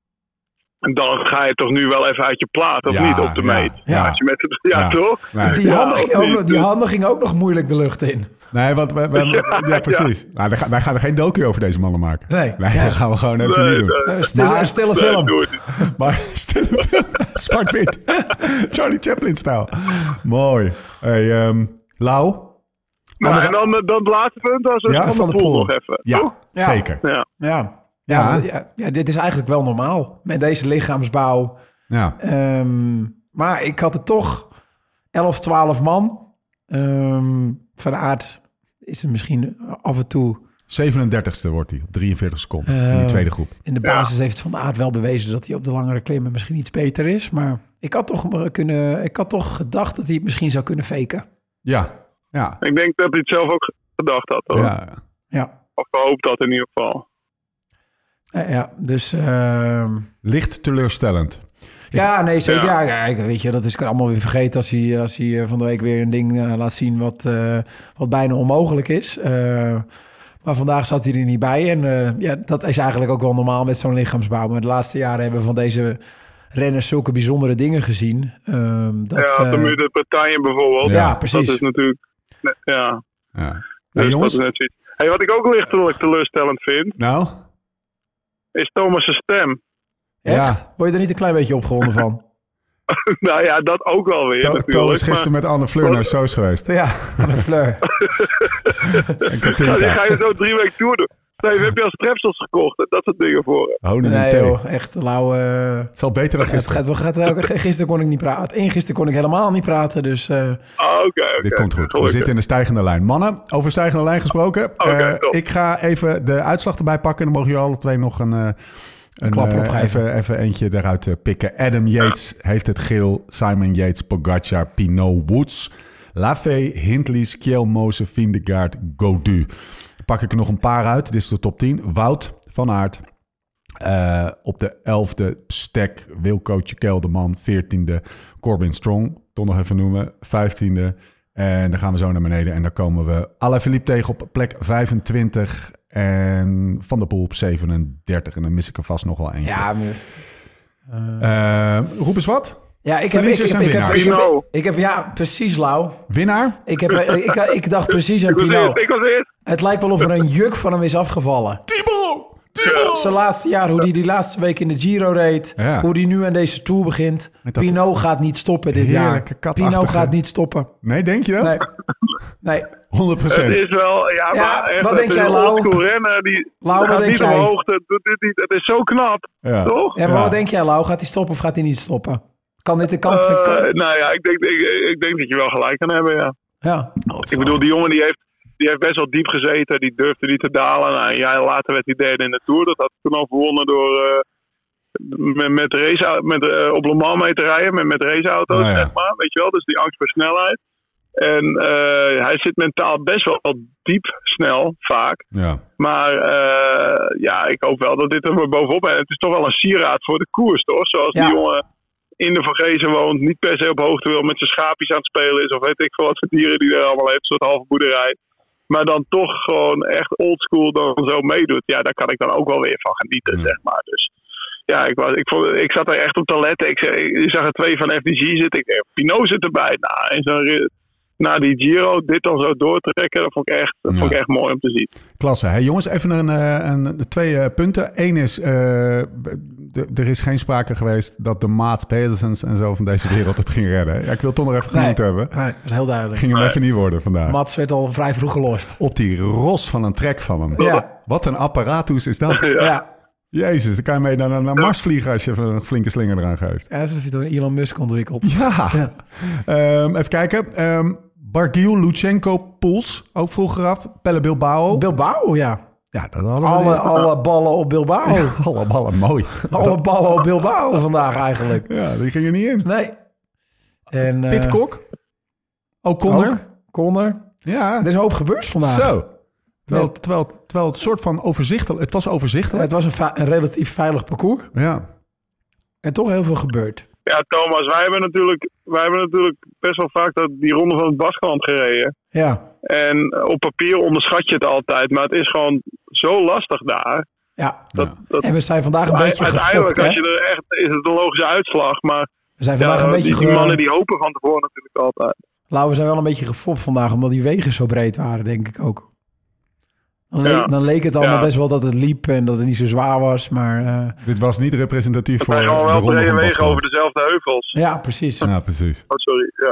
E: dan ga je toch nu wel even uit je plaat, of
A: Ja,
E: niet, op de
A: ja,
E: meet.
A: ja.
E: Als je met het, ja,
A: Ja.
E: toch?
A: Nee.
C: Die,
E: Ja,
C: handen
E: of
C: gingen ook,
E: niet?
C: nog- die handen gingen ook nog moeilijk de lucht in.
A: Nee, want wij, wij- ja,
E: Ja,
A: precies. Nou, wij, gaan, wij gaan er geen docu over deze mannen maken.
C: Nee.
A: Nee,
C: Ja.
A: dat gaan we gewoon even
E: Nee,
A: niet doen.
E: nee.
C: Een stille,
A: Maar-
C: een stille
E: Nee,
C: film.
E: doe het niet.
A: Maar stille film, zwart-wit. Charlie Chaplin-stijl. Mooi. Hey, ehm, Lau?
E: Nou,
A: Andere-
E: en dan, eh, dan het laatste punt was
A: Ja,
E: van,
C: Van
E: van
C: de
E: de pool
C: Poel.
E: nog even.
A: Ja,
E: toch?
C: Ja.
A: zeker.
E: Ja.
C: Ja.
A: Ja.
C: Ja, ja, ja, dit is eigenlijk wel normaal. Met deze lichaamsbouw.
A: Ja.
C: Ehm, maar ik had er toch elf, twaalf man. Ehm, van Aert is er misschien af en toe...
A: zevenendertigste wordt hij op drieënveertig seconden in die
C: Eh,
A: tweede groep.
C: In de basis heeft Van Aert wel bewezen dat hij op de langere klimmen misschien iets beter is. Maar ik had toch, maar kunnen, ik had toch gedacht dat hij het misschien zou kunnen faken.
A: Ja, ja,
E: Ik denk dat hij het zelf ook gedacht had, hoor.
A: ja.
C: Ja,
E: Of gehoopt had in ieder geval.
C: Eh, ja dus... ehm,
A: Licht teleurstellend.
C: ja, nee, zeker. Ja.
E: Ja.
C: Ja, ik- weet je, dat is ik allemaal weer vergeten als hij, als hij eh, van de week weer een ding eh, laat zien wat, eh, wat bijna onmogelijk is. Eh, maar vandaag zat hij er niet bij. En eh, ja, dat is eigenlijk ook wel normaal met zo'n lichaamsbouw. Maar de laatste jaren hebben we van deze renners zulke bijzondere dingen gezien. Ehm, dat,
E: ja,
C: eh,
E: de, de Bretagne bijvoorbeeld.
C: ja,
A: Ja,
C: precies.
E: Dat is natuurlijk... Ja.
A: Ja.
E: Dus
A: Hey, jongens,
E: dat is net zoiets. Hey, wat ik ook lichtelijk teleurstellend vind,
A: nou,
E: is Thomas' stem.
C: Echt?
A: Ja.
C: Word je er niet een klein beetje opgewonden van?
E: Nou ja, dat ook wel weer
A: To- To
E: natuurlijk.
A: is gisteren met Anne Fleur naar Soos geweest.
C: Ja, aan een fleur.
A: En
E: maar, ja,
A: Katinka.
E: die ga je zo drie weken tour doen. Steve, heb je al strepsels gekocht? En dat soort dingen voor hem.
A: Honing en
C: Nee
A: thee.
C: joh, echt lauw. eh,
A: Het zal beter dan
C: het
A: gisteren.
C: gaat, het gaat, ook- gisteren kon ik niet praten. Eén gisteren kon ik helemaal niet praten. Dus eh,
E: Ah, oké, oké.
A: Dit komt goed. We
E: Gelukkig.
A: zitten in de stijgende lijn. Mannen, over stijgende lijn gesproken.
E: Oké,
A: Eh,
E: top.
A: ik ga even de uitslag erbij pakken. Dan mogen jullie alle twee nog een, eh, een
C: klap
A: eh,
C: erop geven.
A: even, even eentje eruit eh, pikken. Adam Yates heeft het geel. Simon Yates, Pogacar, Pinot, Woods. Lafay, Hindley, Kjell-Moze, Vingegaard, Gaudu. Pak ik er nog een paar uit. Dit is de top tien. Wout van Aert. Uh, op de elfde Stek, Wilco Kelderman. veertiende Corbin Strong, toch nog even noemen. vijftiende. En dan gaan we zo naar beneden. En dan komen we Alaphilippe tegen op plek vijfentwintig. En Van der Poel op zevenendertig. En dan mis ik er vast nog wel eentje.
C: ja,
A: Uh, roep eens wat.
C: ja, ik heb, ik,
A: Verliezers
C: heb,
A: en
C: ik, heb, ik,
A: winnaars.
C: heb, ik heb, ja, precies Lau.
A: Winnaar?
C: Ik, heb, ik, ik, ik dacht precies aan
E: Ik was
C: Pinot.
E: eerst, ik was eerst.
C: Het lijkt wel of er een juk van hem is afgevallen.
A: Thibaut!
C: Zijn laatste jaar, hoe hij die laatste week in de Giro reed.
A: Ja.
C: Hoe hij nu aan deze Tour begint.
A: Met dat
C: Pinot gaat niet stoppen dit
A: heerlijke
C: jaar.
A: katachtige-
C: Pinot gaat niet stoppen.
A: Nee, denk je dat?
C: Nee. Nee.
A: honderd procent.
E: Het is wel, ja,
C: Ja,
E: maar echt,
C: wat denk
E: het is
C: jij,
E: een
C: Lau?
E: oldschool renner, die
C: Lau, wat
E: gaat
C: denk
E: niet
C: jij?
E: omhoog, het, doet dit niet, het is zo knap,
A: Ja.
E: toch?
C: Ja, maar
A: Ja.
C: wat denk jij, Lau? Gaat hij stoppen of gaat hij niet stoppen? Kan dit de kant...
E: Uh,
C: kan...
E: nou ja, ik denk, ik, ik denk dat je wel gelijk kan hebben, ja.
C: Ja.
E: Ik bedoel, die jongen die heeft, die heeft best wel diep gezeten, die durfde niet te dalen. Nou, ja, later werd hij derde in de Tour, dat had hij toen al gewonnen door... Uh, met, met race, met, uh, op Le Mans mee te rijden, met, met raceauto's,
A: Ja, ja.
E: zeg maar. Weet je wel, dus die angst voor snelheid. En uh, hij zit mentaal best wel diep snel, vaak.
A: Ja.
E: Maar uh, ja, ik hoop wel dat dit er maar bovenop is. Het is toch wel een sieraad voor de koers, toch? Zoals
C: Ja.
E: die jongen in de Vorgezen woont, niet per se op hoogte wil, met zijn schaapjes aan het spelen is. Of weet ik veel wat voor dieren die er allemaal heeft, een soort halve boerderij. Maar dan toch gewoon echt oldschool dan zo meedoet. Ja, daar kan ik dan ook wel weer van genieten,
A: Ja.
E: zeg maar. Dus ja, ik, was, ik, vond, ik zat er echt op te letten. Ik, ik zag er twee van F D G zitten. Ik dacht, Pinot zit erbij. Nou, en zo'n rit- na die Giro, dit dan zo doortrekken, dat vond ik echt, dat
A: Ja.
E: vond ik echt mooi om te zien.
A: Klasse. Hey, jongens, even een, eh, een, twee uh, punten. Eén is, uh, d- er is geen sprake geweest dat de Maats Pedersens en zo van deze wereld het ging redden. Ja, ik wil het toch nog even genoemd
C: Nee.
A: hebben.
C: Nee, dat is heel duidelijk.
A: Ging hem even niet worden vandaag.
C: Mats werd al vrij vroeg gelost.
A: Op die ros van een trek van hem.
C: Ja.
A: Wat een apparatus is dat.
E: Ja.
C: Ja.
A: Jezus, dan kan je mee naar, naar Mars vliegen als je even een flinke slinger eraan geeft.
C: Ja, zo heeft hij door Elon Musk ontwikkeld.
A: Ja.
C: Ja.
A: Um, even kijken. Um, Barguil, Lutsenko, Poels, ook vroeger af. Pelle Bilbao.
C: Bilbao, ja.
A: ja, dat hadden we
C: Alle,
A: niet.
C: alle ballen op Bilbao.
A: Ja, alle ballen, mooi.
C: Alle ballen op Bilbao vandaag eigenlijk.
A: Ja, die gingen niet in.
C: Nee. En, uh,
A: Pitcock. Ook Connor.
C: Ook, Connor.
A: Ja,
C: Er is een hoop gebeurd vandaag.
A: zo. Terwijl,
C: Met-
A: terwijl, terwijl het soort van overzichtelijk... Het was overzichtelijk.
C: Het was een, va- een relatief veilig parcours.
A: Ja.
C: En toch heel veel gebeurd.
E: Ja, Thomas, wij hebben, natuurlijk, wij hebben natuurlijk best wel vaak dat, die ronde van het Baskeland gereden.
C: Ja.
E: En op papier onderschat je het altijd, maar het is gewoon zo lastig daar.
C: Ja.
E: Dat,
A: Ja.
E: dat,
C: En we zijn vandaag een beetje
E: uiteindelijk,
C: gefokt, hè?
E: als je er echt, is het een logische uitslag. Maar
C: We zijn vandaag
E: ja,
C: een beetje...
E: die, die
C: ge-
E: mannen die hopen van tevoren natuurlijk altijd.
C: Lau, we zijn wel een beetje gefopt vandaag, omdat die wegen zo breed waren, denk ik ook. Dan, le-
E: Ja.
C: dan leek het allemaal
E: Ja.
C: best wel dat het liep en dat het niet zo zwaar was, maar... uh,
A: Dit was niet representatief
E: Het
A: voor
E: zijn
A: de
E: gewoon wel
A: ronde
E: brede
A: van
E: wegen
A: Baskeland.
E: over dezelfde heuvels.
C: ja, precies.
A: Ja, precies.
E: Oh, sorry. Ja,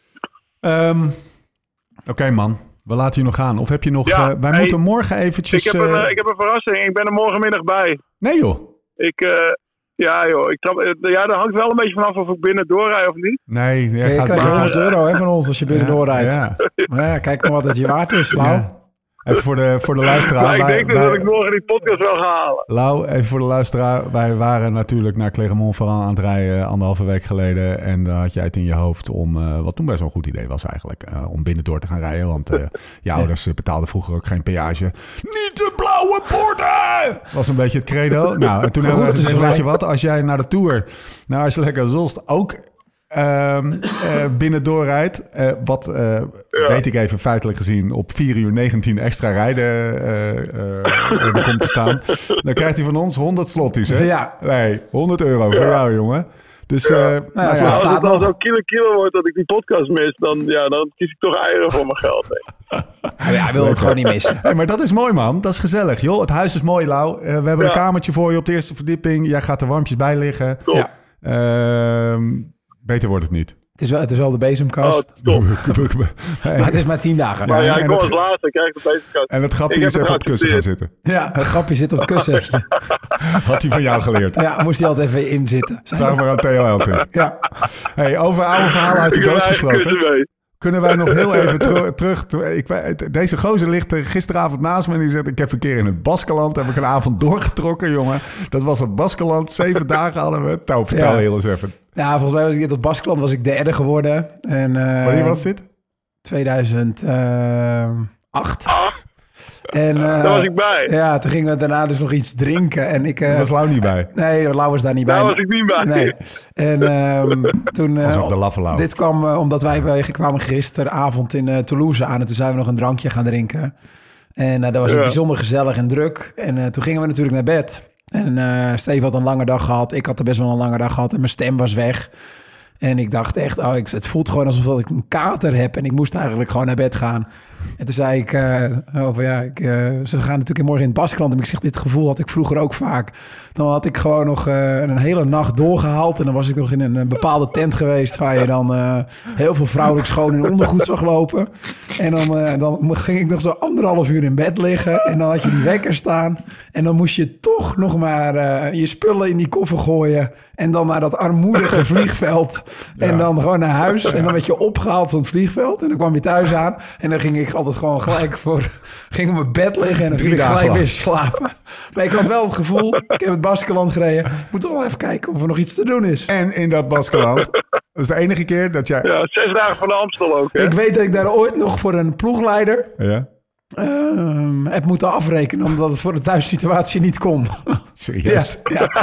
E: ja.
A: Um, Oké, okay, man. We laten je nog gaan. Of heb je nog...
E: Ja,
A: uh, wij
E: hey,
A: moeten morgen eventjes...
E: Ik heb, een,
A: uh,
E: uh, ik heb een verrassing. Ik ben er morgenmiddag bij.
A: Nee, joh.
E: Ik, uh, ja, joh. Ik trap, uh, ja, dat hangt wel een beetje vanaf of ik binnen doorrij of niet.
A: Nee, jij
C: Je
A: gaat...
C: krijgt
A: jij gaat-
C: honderd euro hè, van ons als je binnen doorrijdt.
A: Ja,
C: Maar ja, kijk maar wat het je waard is, Lau.
A: ja. Even voor de, voor de luisteraar.
E: Maar ik
A: wij-
E: denk dus
A: wij-
E: dat ik morgen die podcast wel ga halen.
A: Lau, even voor de luisteraar. Wij waren natuurlijk naar Clermont-Ferrand aan het rijden anderhalve week geleden. En daar had jij het in je hoofd om, uh, wat toen best wel een goed idee was eigenlijk, uh, om binnendoor te gaan rijden. Want uh, je ouders uh, betaalden vroeger ook geen peage. Niet de blauwe poorten! Was een beetje het credo. Nou, en toen hebben we
C: Goed,
A: gezegd,
C: dus
A: weet
C: wij-
A: je wat, als jij naar de Tour, naar Arslekker Zolst ook... Um, uh, binnendoor rijdt, uh, wat uh,
E: Ja.
A: weet ik even feitelijk gezien op vier uur negentien extra rijden uh, uh, uh, komt te staan, dan krijgt hij van ons honderd slotties, hè?
C: Ja.
A: Nee, honderd euro voor jou, jongen. Dus, uh, nou
C: ja,
A: ja,
C: dat
E: Nou, als
C: staat
E: het dan
C: nog.
E: zo kilo kilo wordt dat ik die podcast mis, dan, ja, dan kies ik toch eieren voor mijn geld. Nee.
C: Ja, hij wil het gewoon niet missen.
A: Hey, maar dat is mooi, man. Dat is gezellig, joh. Het huis is mooi, Lau. Uh, we hebben
E: Ja.
A: een kamertje voor je op de eerste verdieping. Jij gaat er warmpjes bij liggen.
E: Top.
C: Ja.
A: Uh, beter wordt het niet.
C: Het is wel, het is wel de
E: Oh,
C: bezemkast,
E: top.
A: Hey.
C: maar het is maar tien dagen.
E: Maar ja,
A: en
E: ik kom
A: dat-
E: als laatste, krijg ik de bezigheid.
A: En het grapje
E: Ik heb
A: is even
E: het
A: op het kussen gaan zitten.
C: Ja, een grapje zit op het kussen.
A: Had hij van jou geleerd.
C: Ja, moest hij altijd even in zitten.
A: Vraag maar aan Theo Elting.
C: Ja,
A: Hey, over oude verhalen uit de
E: Ik heb
A: doos
E: mijn eigen
A: gesproken.
E: kussen mee.
A: Kunnen wij nog heel even teru- terug... Ik, weet- deze gozer ligt er gisteravond naast me en die zegt... Ik heb een keer in het Baskeland, heb ik een avond doorgetrokken, jongen. Dat was het Baskeland. Zeven dagen hadden we. Nou, vertel
C: Ja.
A: heel eens even.
C: ja volgens mij was ik in het Baskeland was ik derde geworden. En, uh,
A: Wanneer was dit?
C: tweeduizend acht. En, uh,
E: Daar was ik bij.
C: Ja, toen gingen we daarna dus nog iets drinken. En ik... Uh,
A: Daar was Lau niet bij.
C: Nee, Lau was daar niet bij.
E: Daar was ik niet bij.
C: Nee. En um, toen... Uh,
A: Was ook de laffe Lau.
C: Dit kwam uh, omdat wij, wij kwamen gisteravond in uh, Toulouse aan. En toen zijn we nog een drankje gaan drinken. En uh, dat was
E: Ja.
C: bijzonder gezellig en druk. En uh, toen gingen we natuurlijk naar bed. En uh, Steve had een lange dag gehad. Ik had er best wel een lange dag gehad. En mijn stem was weg. En ik dacht echt, oh, ik, het voelt gewoon alsof ik een kater heb. En ik moest eigenlijk gewoon naar bed gaan. En toen zei ik, uh, over, ja, ik, uh, ze gaan natuurlijk morgen in het Baskeland. En ik zeg, dit gevoel had ik vroeger ook vaak. Dan had ik gewoon nog uh, een hele nacht doorgehaald. En dan was ik nog in een, een bepaalde tent geweest... waar je dan uh, heel veel vrouwelijk schoon in ondergoed zag lopen. En dan, uh, dan ging ik nog zo anderhalf uur in bed liggen. En dan had je die wekker staan. En dan moest je toch nog maar uh, je spullen in die koffer gooien. En dan naar dat armoedige vliegveld. En ja. dan gewoon naar huis. En dan werd je opgehaald van het vliegveld. En dan kwam je thuis aan. En dan ging ik altijd gewoon gelijk voor... Ging op mijn bed liggen en dan ging ik gelijk weer slapen. Maar ik had wel het gevoel... Ik heb het Baskeland gereden. Ik moet toch wel even kijken of er nog iets te doen is.
A: En in dat Baskeland... Dat is de enige keer dat jij...
E: Ja, zes dagen van de Amstel ook, hè?
C: Ik weet dat ik daar ooit nog voor een ploegleider...
A: Ja?
C: Uh, heb moeten afrekenen, omdat het voor de thuissituatie niet kon.
A: Serieus?
C: Ja. ja.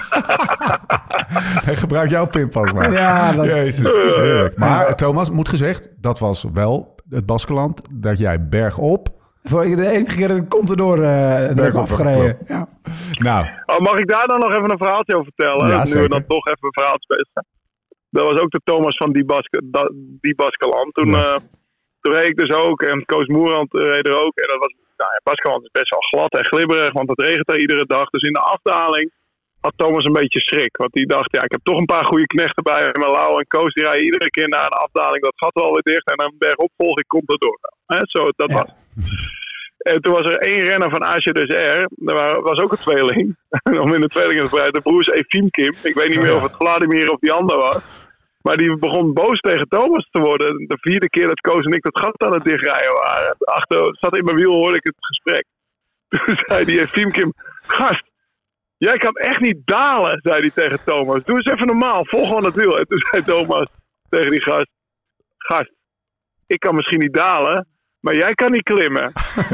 A: Hij gebruikt jouw pinpas maar.
C: Ja, dat...
A: Jezus, heerlijk. Maar Thomas, moet gezegd, dat was wel het Baskeland, dat jij bergop...
C: Voor de enige keer dat ik Contador uh, heb afgereden. Ja.
A: Nou.
E: Oh, mag ik daar dan nog even een verhaaltje over vertellen?
A: Ja,
E: nu we dan toch even een verhaal spelen. Dat was ook de Thomas van die, Baske, die Baskeland. Toen, ja. uh, toen reed ik dus ook en Koos Moerand reed er ook. En dat was, nou ja, Baskeland is best wel glad en glibberig, want het regent er iedere dag. Dus in de afdaling had Thomas een beetje schrik. Want die dacht, ja, ik heb toch een paar goede knechten bij me. Lau en Koos, die rijden iedere keer naar een afdaling. Dat gat wel weer dicht en dan bergop volg ik komt er door. He, zo, dat ja. was. En toen was er één renner van A G D S R. Er was ook een tweeling. Om in de tweeling te rijden. De broers Efim Kim. Ik weet niet meer of het Vladimir of die ander was. Maar die begon boos tegen Thomas te worden. De vierde keer dat Koos en ik dat gat aan het dichtrijden waren. Achter, zat in mijn wiel, hoorde ik het gesprek. Toen zei die Efim Kim... Gast, jij kan echt niet dalen, zei hij tegen Thomas. Doe eens even normaal, volg gewoon het wiel. En toen zei Thomas tegen die gast... Gast, ik kan misschien niet dalen... Maar jij kan niet klimmen.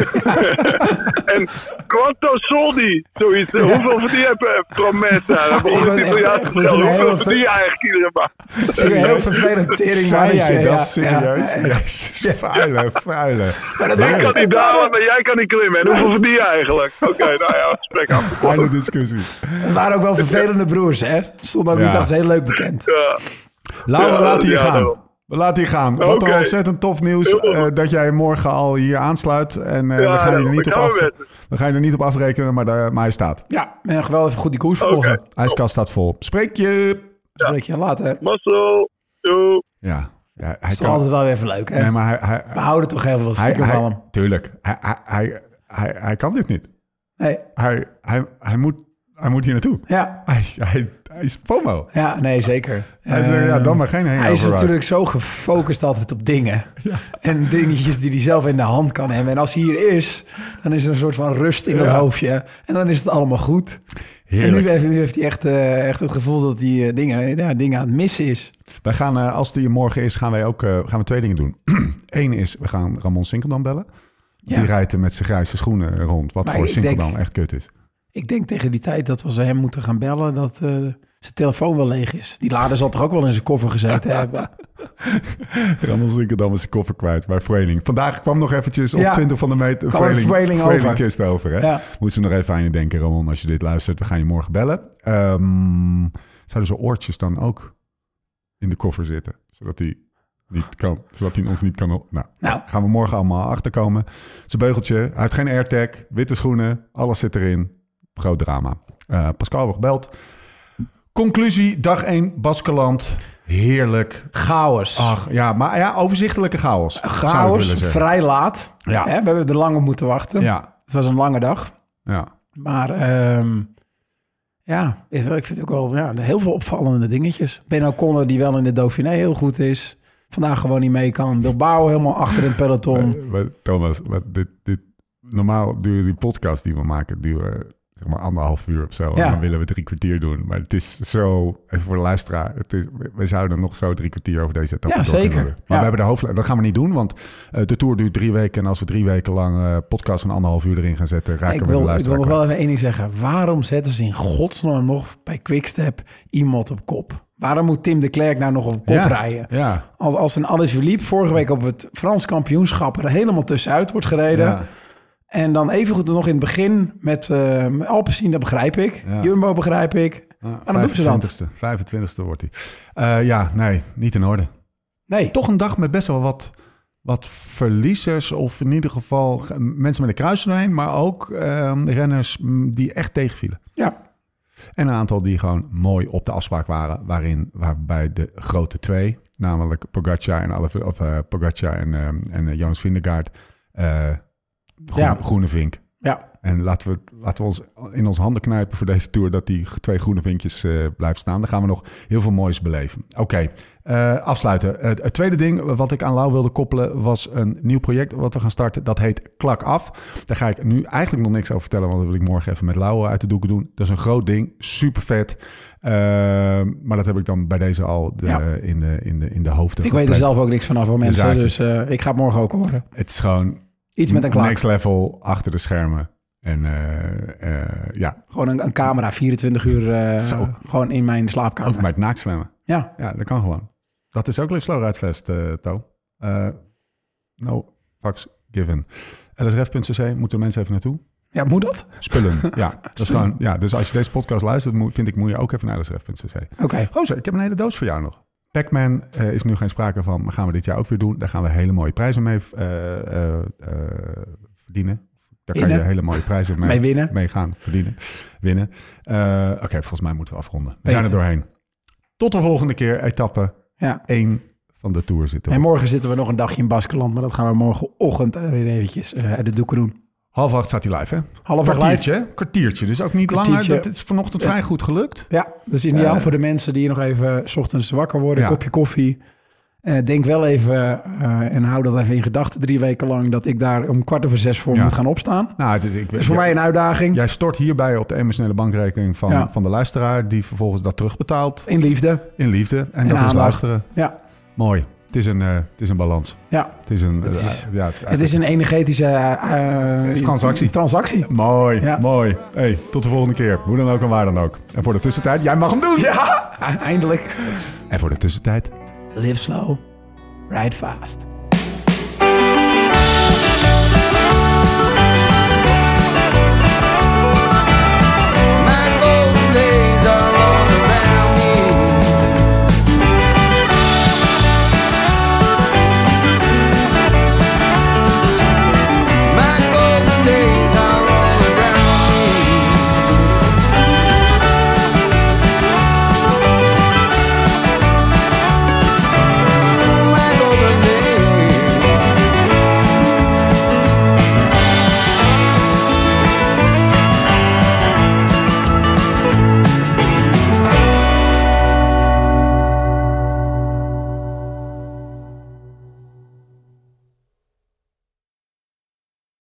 E: En quanto soldi? Zoiets. Ja. Hoeveel verdien je promessa? Dan begon het Italiaans te vertellen. Hoeveel verdien je eigenlijk iedere maand?
C: Dat is een heel vervelend tering.
A: Zei jij
C: ja,
A: dat
C: ja,
A: serieus? Ja. Ja. Vuile, vuile.
E: Ik kan niet dalen, maar jij kan niet klimmen. En hoeveel verdien je eigenlijk? Oké, okay, nou ja, gesprek af.
A: Hele discussie.
C: Het waren ook wel vervelende broers, hè? Stond ook ja. niet als heel leuk bekend.
E: Ja.
A: Laten we
E: ja,
A: laten hier
E: ja,
A: gaan.
E: wel.
A: We laten hier gaan. Wat
E: okay.
A: een ontzettend tof nieuws uh, dat jij morgen al hier aansluit. En uh, ja, we, gaan je er niet op af, we gaan je er niet op afrekenen, maar, de, maar hij staat.
C: Ja, en wel even goed die koers volgen.
A: Okay. IJskast staat vol. Spreek je.
C: Ja. Spreek je later.
E: Marcel. Doei.
A: Ja. Ja, hij
C: dat is
A: kan...
C: altijd wel weer even leuk, hè?
A: Nee, maar hij, hij,
C: we houden toch even wat stiekem van hem.
A: Tuurlijk. Hij, hij, hij, hij, hij kan dit niet.
C: Nee.
A: Hij, hij, hij, moet, hij moet hier naartoe.
C: Ja.
A: Hij, hij, hij is FOMO.
C: Ja, nee, zeker.
A: Hij zegt, ja, dan maar geen hangover.
C: Hij is natuurlijk zo gefocust altijd op dingen. Ja. En dingetjes die hij zelf in de hand kan hebben. En als hij hier is, dan is er een soort van rust in ja. het hoofdje. En dan is het allemaal goed. Heerlijk. En nu heeft, nu heeft hij echt, uh, echt het gevoel dat hij uh, dingen, ja, dingen aan het missen is.
A: Wij gaan, uh, als die morgen is, gaan wij ook uh, gaan we twee dingen doen. Eén is, we gaan Ramon Sinkeldam bellen. Ja. Die rijdt met zijn grijze schoenen rond. Wat maar voor Sinkeldam denk, echt kut is.
C: Ik denk tegen die tijd dat we ze hem moeten gaan bellen... dat uh, zijn telefoon wel leeg is. Die lader zal toch ook wel in zijn koffer gezeten hebben.
A: Ramon Sinkeldam is zijn koffer kwijt bij Vueling. Vandaag kwam nog eventjes op ja, twintig van de meter Vueling kist over. Hè? Ja. Moeten ze nog even aan je denken, Ramon, als je dit luistert. We gaan je morgen bellen. Um, zouden zijn oortjes dan ook in de koffer zitten? Zodat hij niet kan, zodat hij ons niet kan... Op... Nou, nou, gaan we morgen allemaal achterkomen. Zijn beugeltje, hij heeft geen AirTag, witte schoenen, alles zit erin. Groot drama. Uh, Pascal wordt gebeld. Conclusie, dag één, Baskeland. Heerlijk.
C: Chaos.
A: Ach, ja, maar ja, overzichtelijke chaos.
C: Chaos, vrij laat. Ja. Hè, we hebben er lang op moeten wachten.
A: Ja.
C: Het was een lange dag.
A: Ja.
C: Maar um, ja, ik vind het ook wel ja, heel veel opvallende dingetjes. Ben O'Connor, die wel in de Dauphiné heel goed is. Vandaag gewoon niet mee kan. Bilbao helemaal achter in het peloton.
A: Maar, maar Thomas, maar dit, dit, normaal duren die podcast die we maken, duren zeg maar anderhalf uur of zo. Ja. En dan willen we drie kwartier doen. Maar het is zo, even voor de luisteraar, het is, we zouden nog zo drie kwartier over deze etappe
C: ja,
A: door
C: zeker.
A: Maar ja. we hebben de hoofdlijn, dat gaan we niet doen, want uh, de Tour duurt drie weken. En als we drie weken lang uh, podcast van anderhalf uur erin gaan zetten, raken
C: ik
A: we
C: wil,
A: de luisteraar.
C: Ik wil nog wel even één ding zeggen. Waarom zetten ze in godsnaam nog bij Quickstep iemand op kop? Waarom moet Tim de Klerk nou nog op kop
A: ja,
C: rijden?
A: Ja.
C: Als, als een Alaphilippe vorige week op het Frans kampioenschap er helemaal tussenuit wordt gereden. Ja. En dan even goed nog in het begin met uh, Alpecin, dat begrijp ik. Ja. Jumbo begrijp ik.
A: Ja,
C: maar dan doen ze dat.
A: vijfentwintigste wordt hij. Uh, ja, nee, niet in orde.
C: Nee.
A: Toch een dag met best wel wat, wat verliezers. Of in ieder geval mensen met een kruis doorheen. Maar ook uh, renners die echt tegenvielen.
C: Ja.
A: En een aantal die gewoon mooi op de afspraak waren. Waarin, waarbij de grote twee, namelijk Pogacar en, Alav- of, uh, Pogacar en, uh, en uh, Jonas Vingegaard, uh, groene,
C: Ja.
A: groene vink.
C: Ja,
A: En laten we, laten we ons in onze handen knijpen voor deze Tour dat die twee groene vinkjes uh, blijven staan. Dan gaan we nog heel veel moois beleven. Oké, okay, uh, afsluiten. Uh, het tweede ding wat ik aan Lau wilde koppelen was een nieuw project wat we gaan starten. Dat heet Klak Af. Daar ga ik nu eigenlijk nog niks over vertellen, want dat wil ik morgen even met Lau uit de doeken doen. Dat is een groot ding, super vet. Uh, maar dat heb ik dan bij deze al de,
C: Ja.
A: in, de, in, de, in de hoofden
C: ik weet er
A: gepland.
C: zelf ook niks vanaf voor mensen,
A: zaadjes.
C: dus uh, ik ga het morgen ook horen.
A: Het is gewoon
C: Iets met een klak.
A: next level achter de schermen. En uh, uh, ja,
C: Gewoon een, een camera, vierentwintig uur uh,
A: Zo.
C: gewoon in mijn slaapkamer.
A: ook bij het naaktzwemmen.
C: Ja,
A: Ja, dat kan gewoon. Dat is ook Live Slow Ride Fest, uh, To. Uh, no fucks given. L S R F punt c c, moeten mensen even naartoe.
C: ja moet dat?
A: Spullen, ja. Dat is gewoon, ja. Dus als je deze podcast luistert, moet, vind ik, moet je ook even naar L S R F punt c c.
C: Oké.
A: Oh, zo, ik heb een hele doos voor jou nog. Pac-Man uh, is nu geen sprake van, maar gaan we dit jaar ook weer doen. Daar gaan we hele mooie prijzen mee uh, uh, uh, verdienen. Daar kan je
C: Winnen.
A: hele mooie prijzen mee,
C: Mee winnen.
A: mee gaan verdienen. Winnen. Uh, Oké, okay, volgens mij moeten we afronden. We
C: Beter.
A: zijn er doorheen. Tot de volgende keer, etappe
C: Ja.
A: één van de Tour zitten.
C: En morgen zitten we nog een dagje in Baskeland, maar dat gaan we morgenochtend uh, weer eventjes uh, uit de doeken doen.
A: Half acht staat hij live, hè?
C: Half acht
A: Kwartiertje, hè? Kwartiertje. Dus ook niet
C: Kwartiertje.
A: langer. Dat is vanochtend vrij goed gelukt.
C: Ja, dat is ideaal
A: Uh,
C: voor de mensen die nog even 's ochtends wakker worden,
A: Ja.
C: kopje koffie. Uh, denk wel even, uh, en hou dat even in gedachten drie weken lang, dat ik daar om kwart over zes voor
A: Ja.
C: moet gaan opstaan.
A: Nou, het is, ik,
C: Dat is voor
A: jij,
C: mij een uitdaging.
A: jij stort hierbij op de emotionele bankrekening van,
C: Ja.
A: van de luisteraar, die vervolgens dat terugbetaalt
C: In liefde.
A: in liefde. En,
C: En
A: dat is
C: aandacht.
A: luisteren.
C: Ja,
A: Mooi. Het is een, uh, het is een balans.
C: ja.
A: Het is een,
C: Het
A: uh,
C: is-
A: ja, het is,
C: Het is een energetische uh,
A: is transactie.
C: transactie.
A: Mooi,
C: Ja.
A: mooi. Hey, tot de volgende keer. Hoe dan ook en waar dan ook. En voor de tussentijd, jij mag hem doen.
C: Ja, eindelijk.
A: En voor de tussentijd,
C: Live slow, ride fast.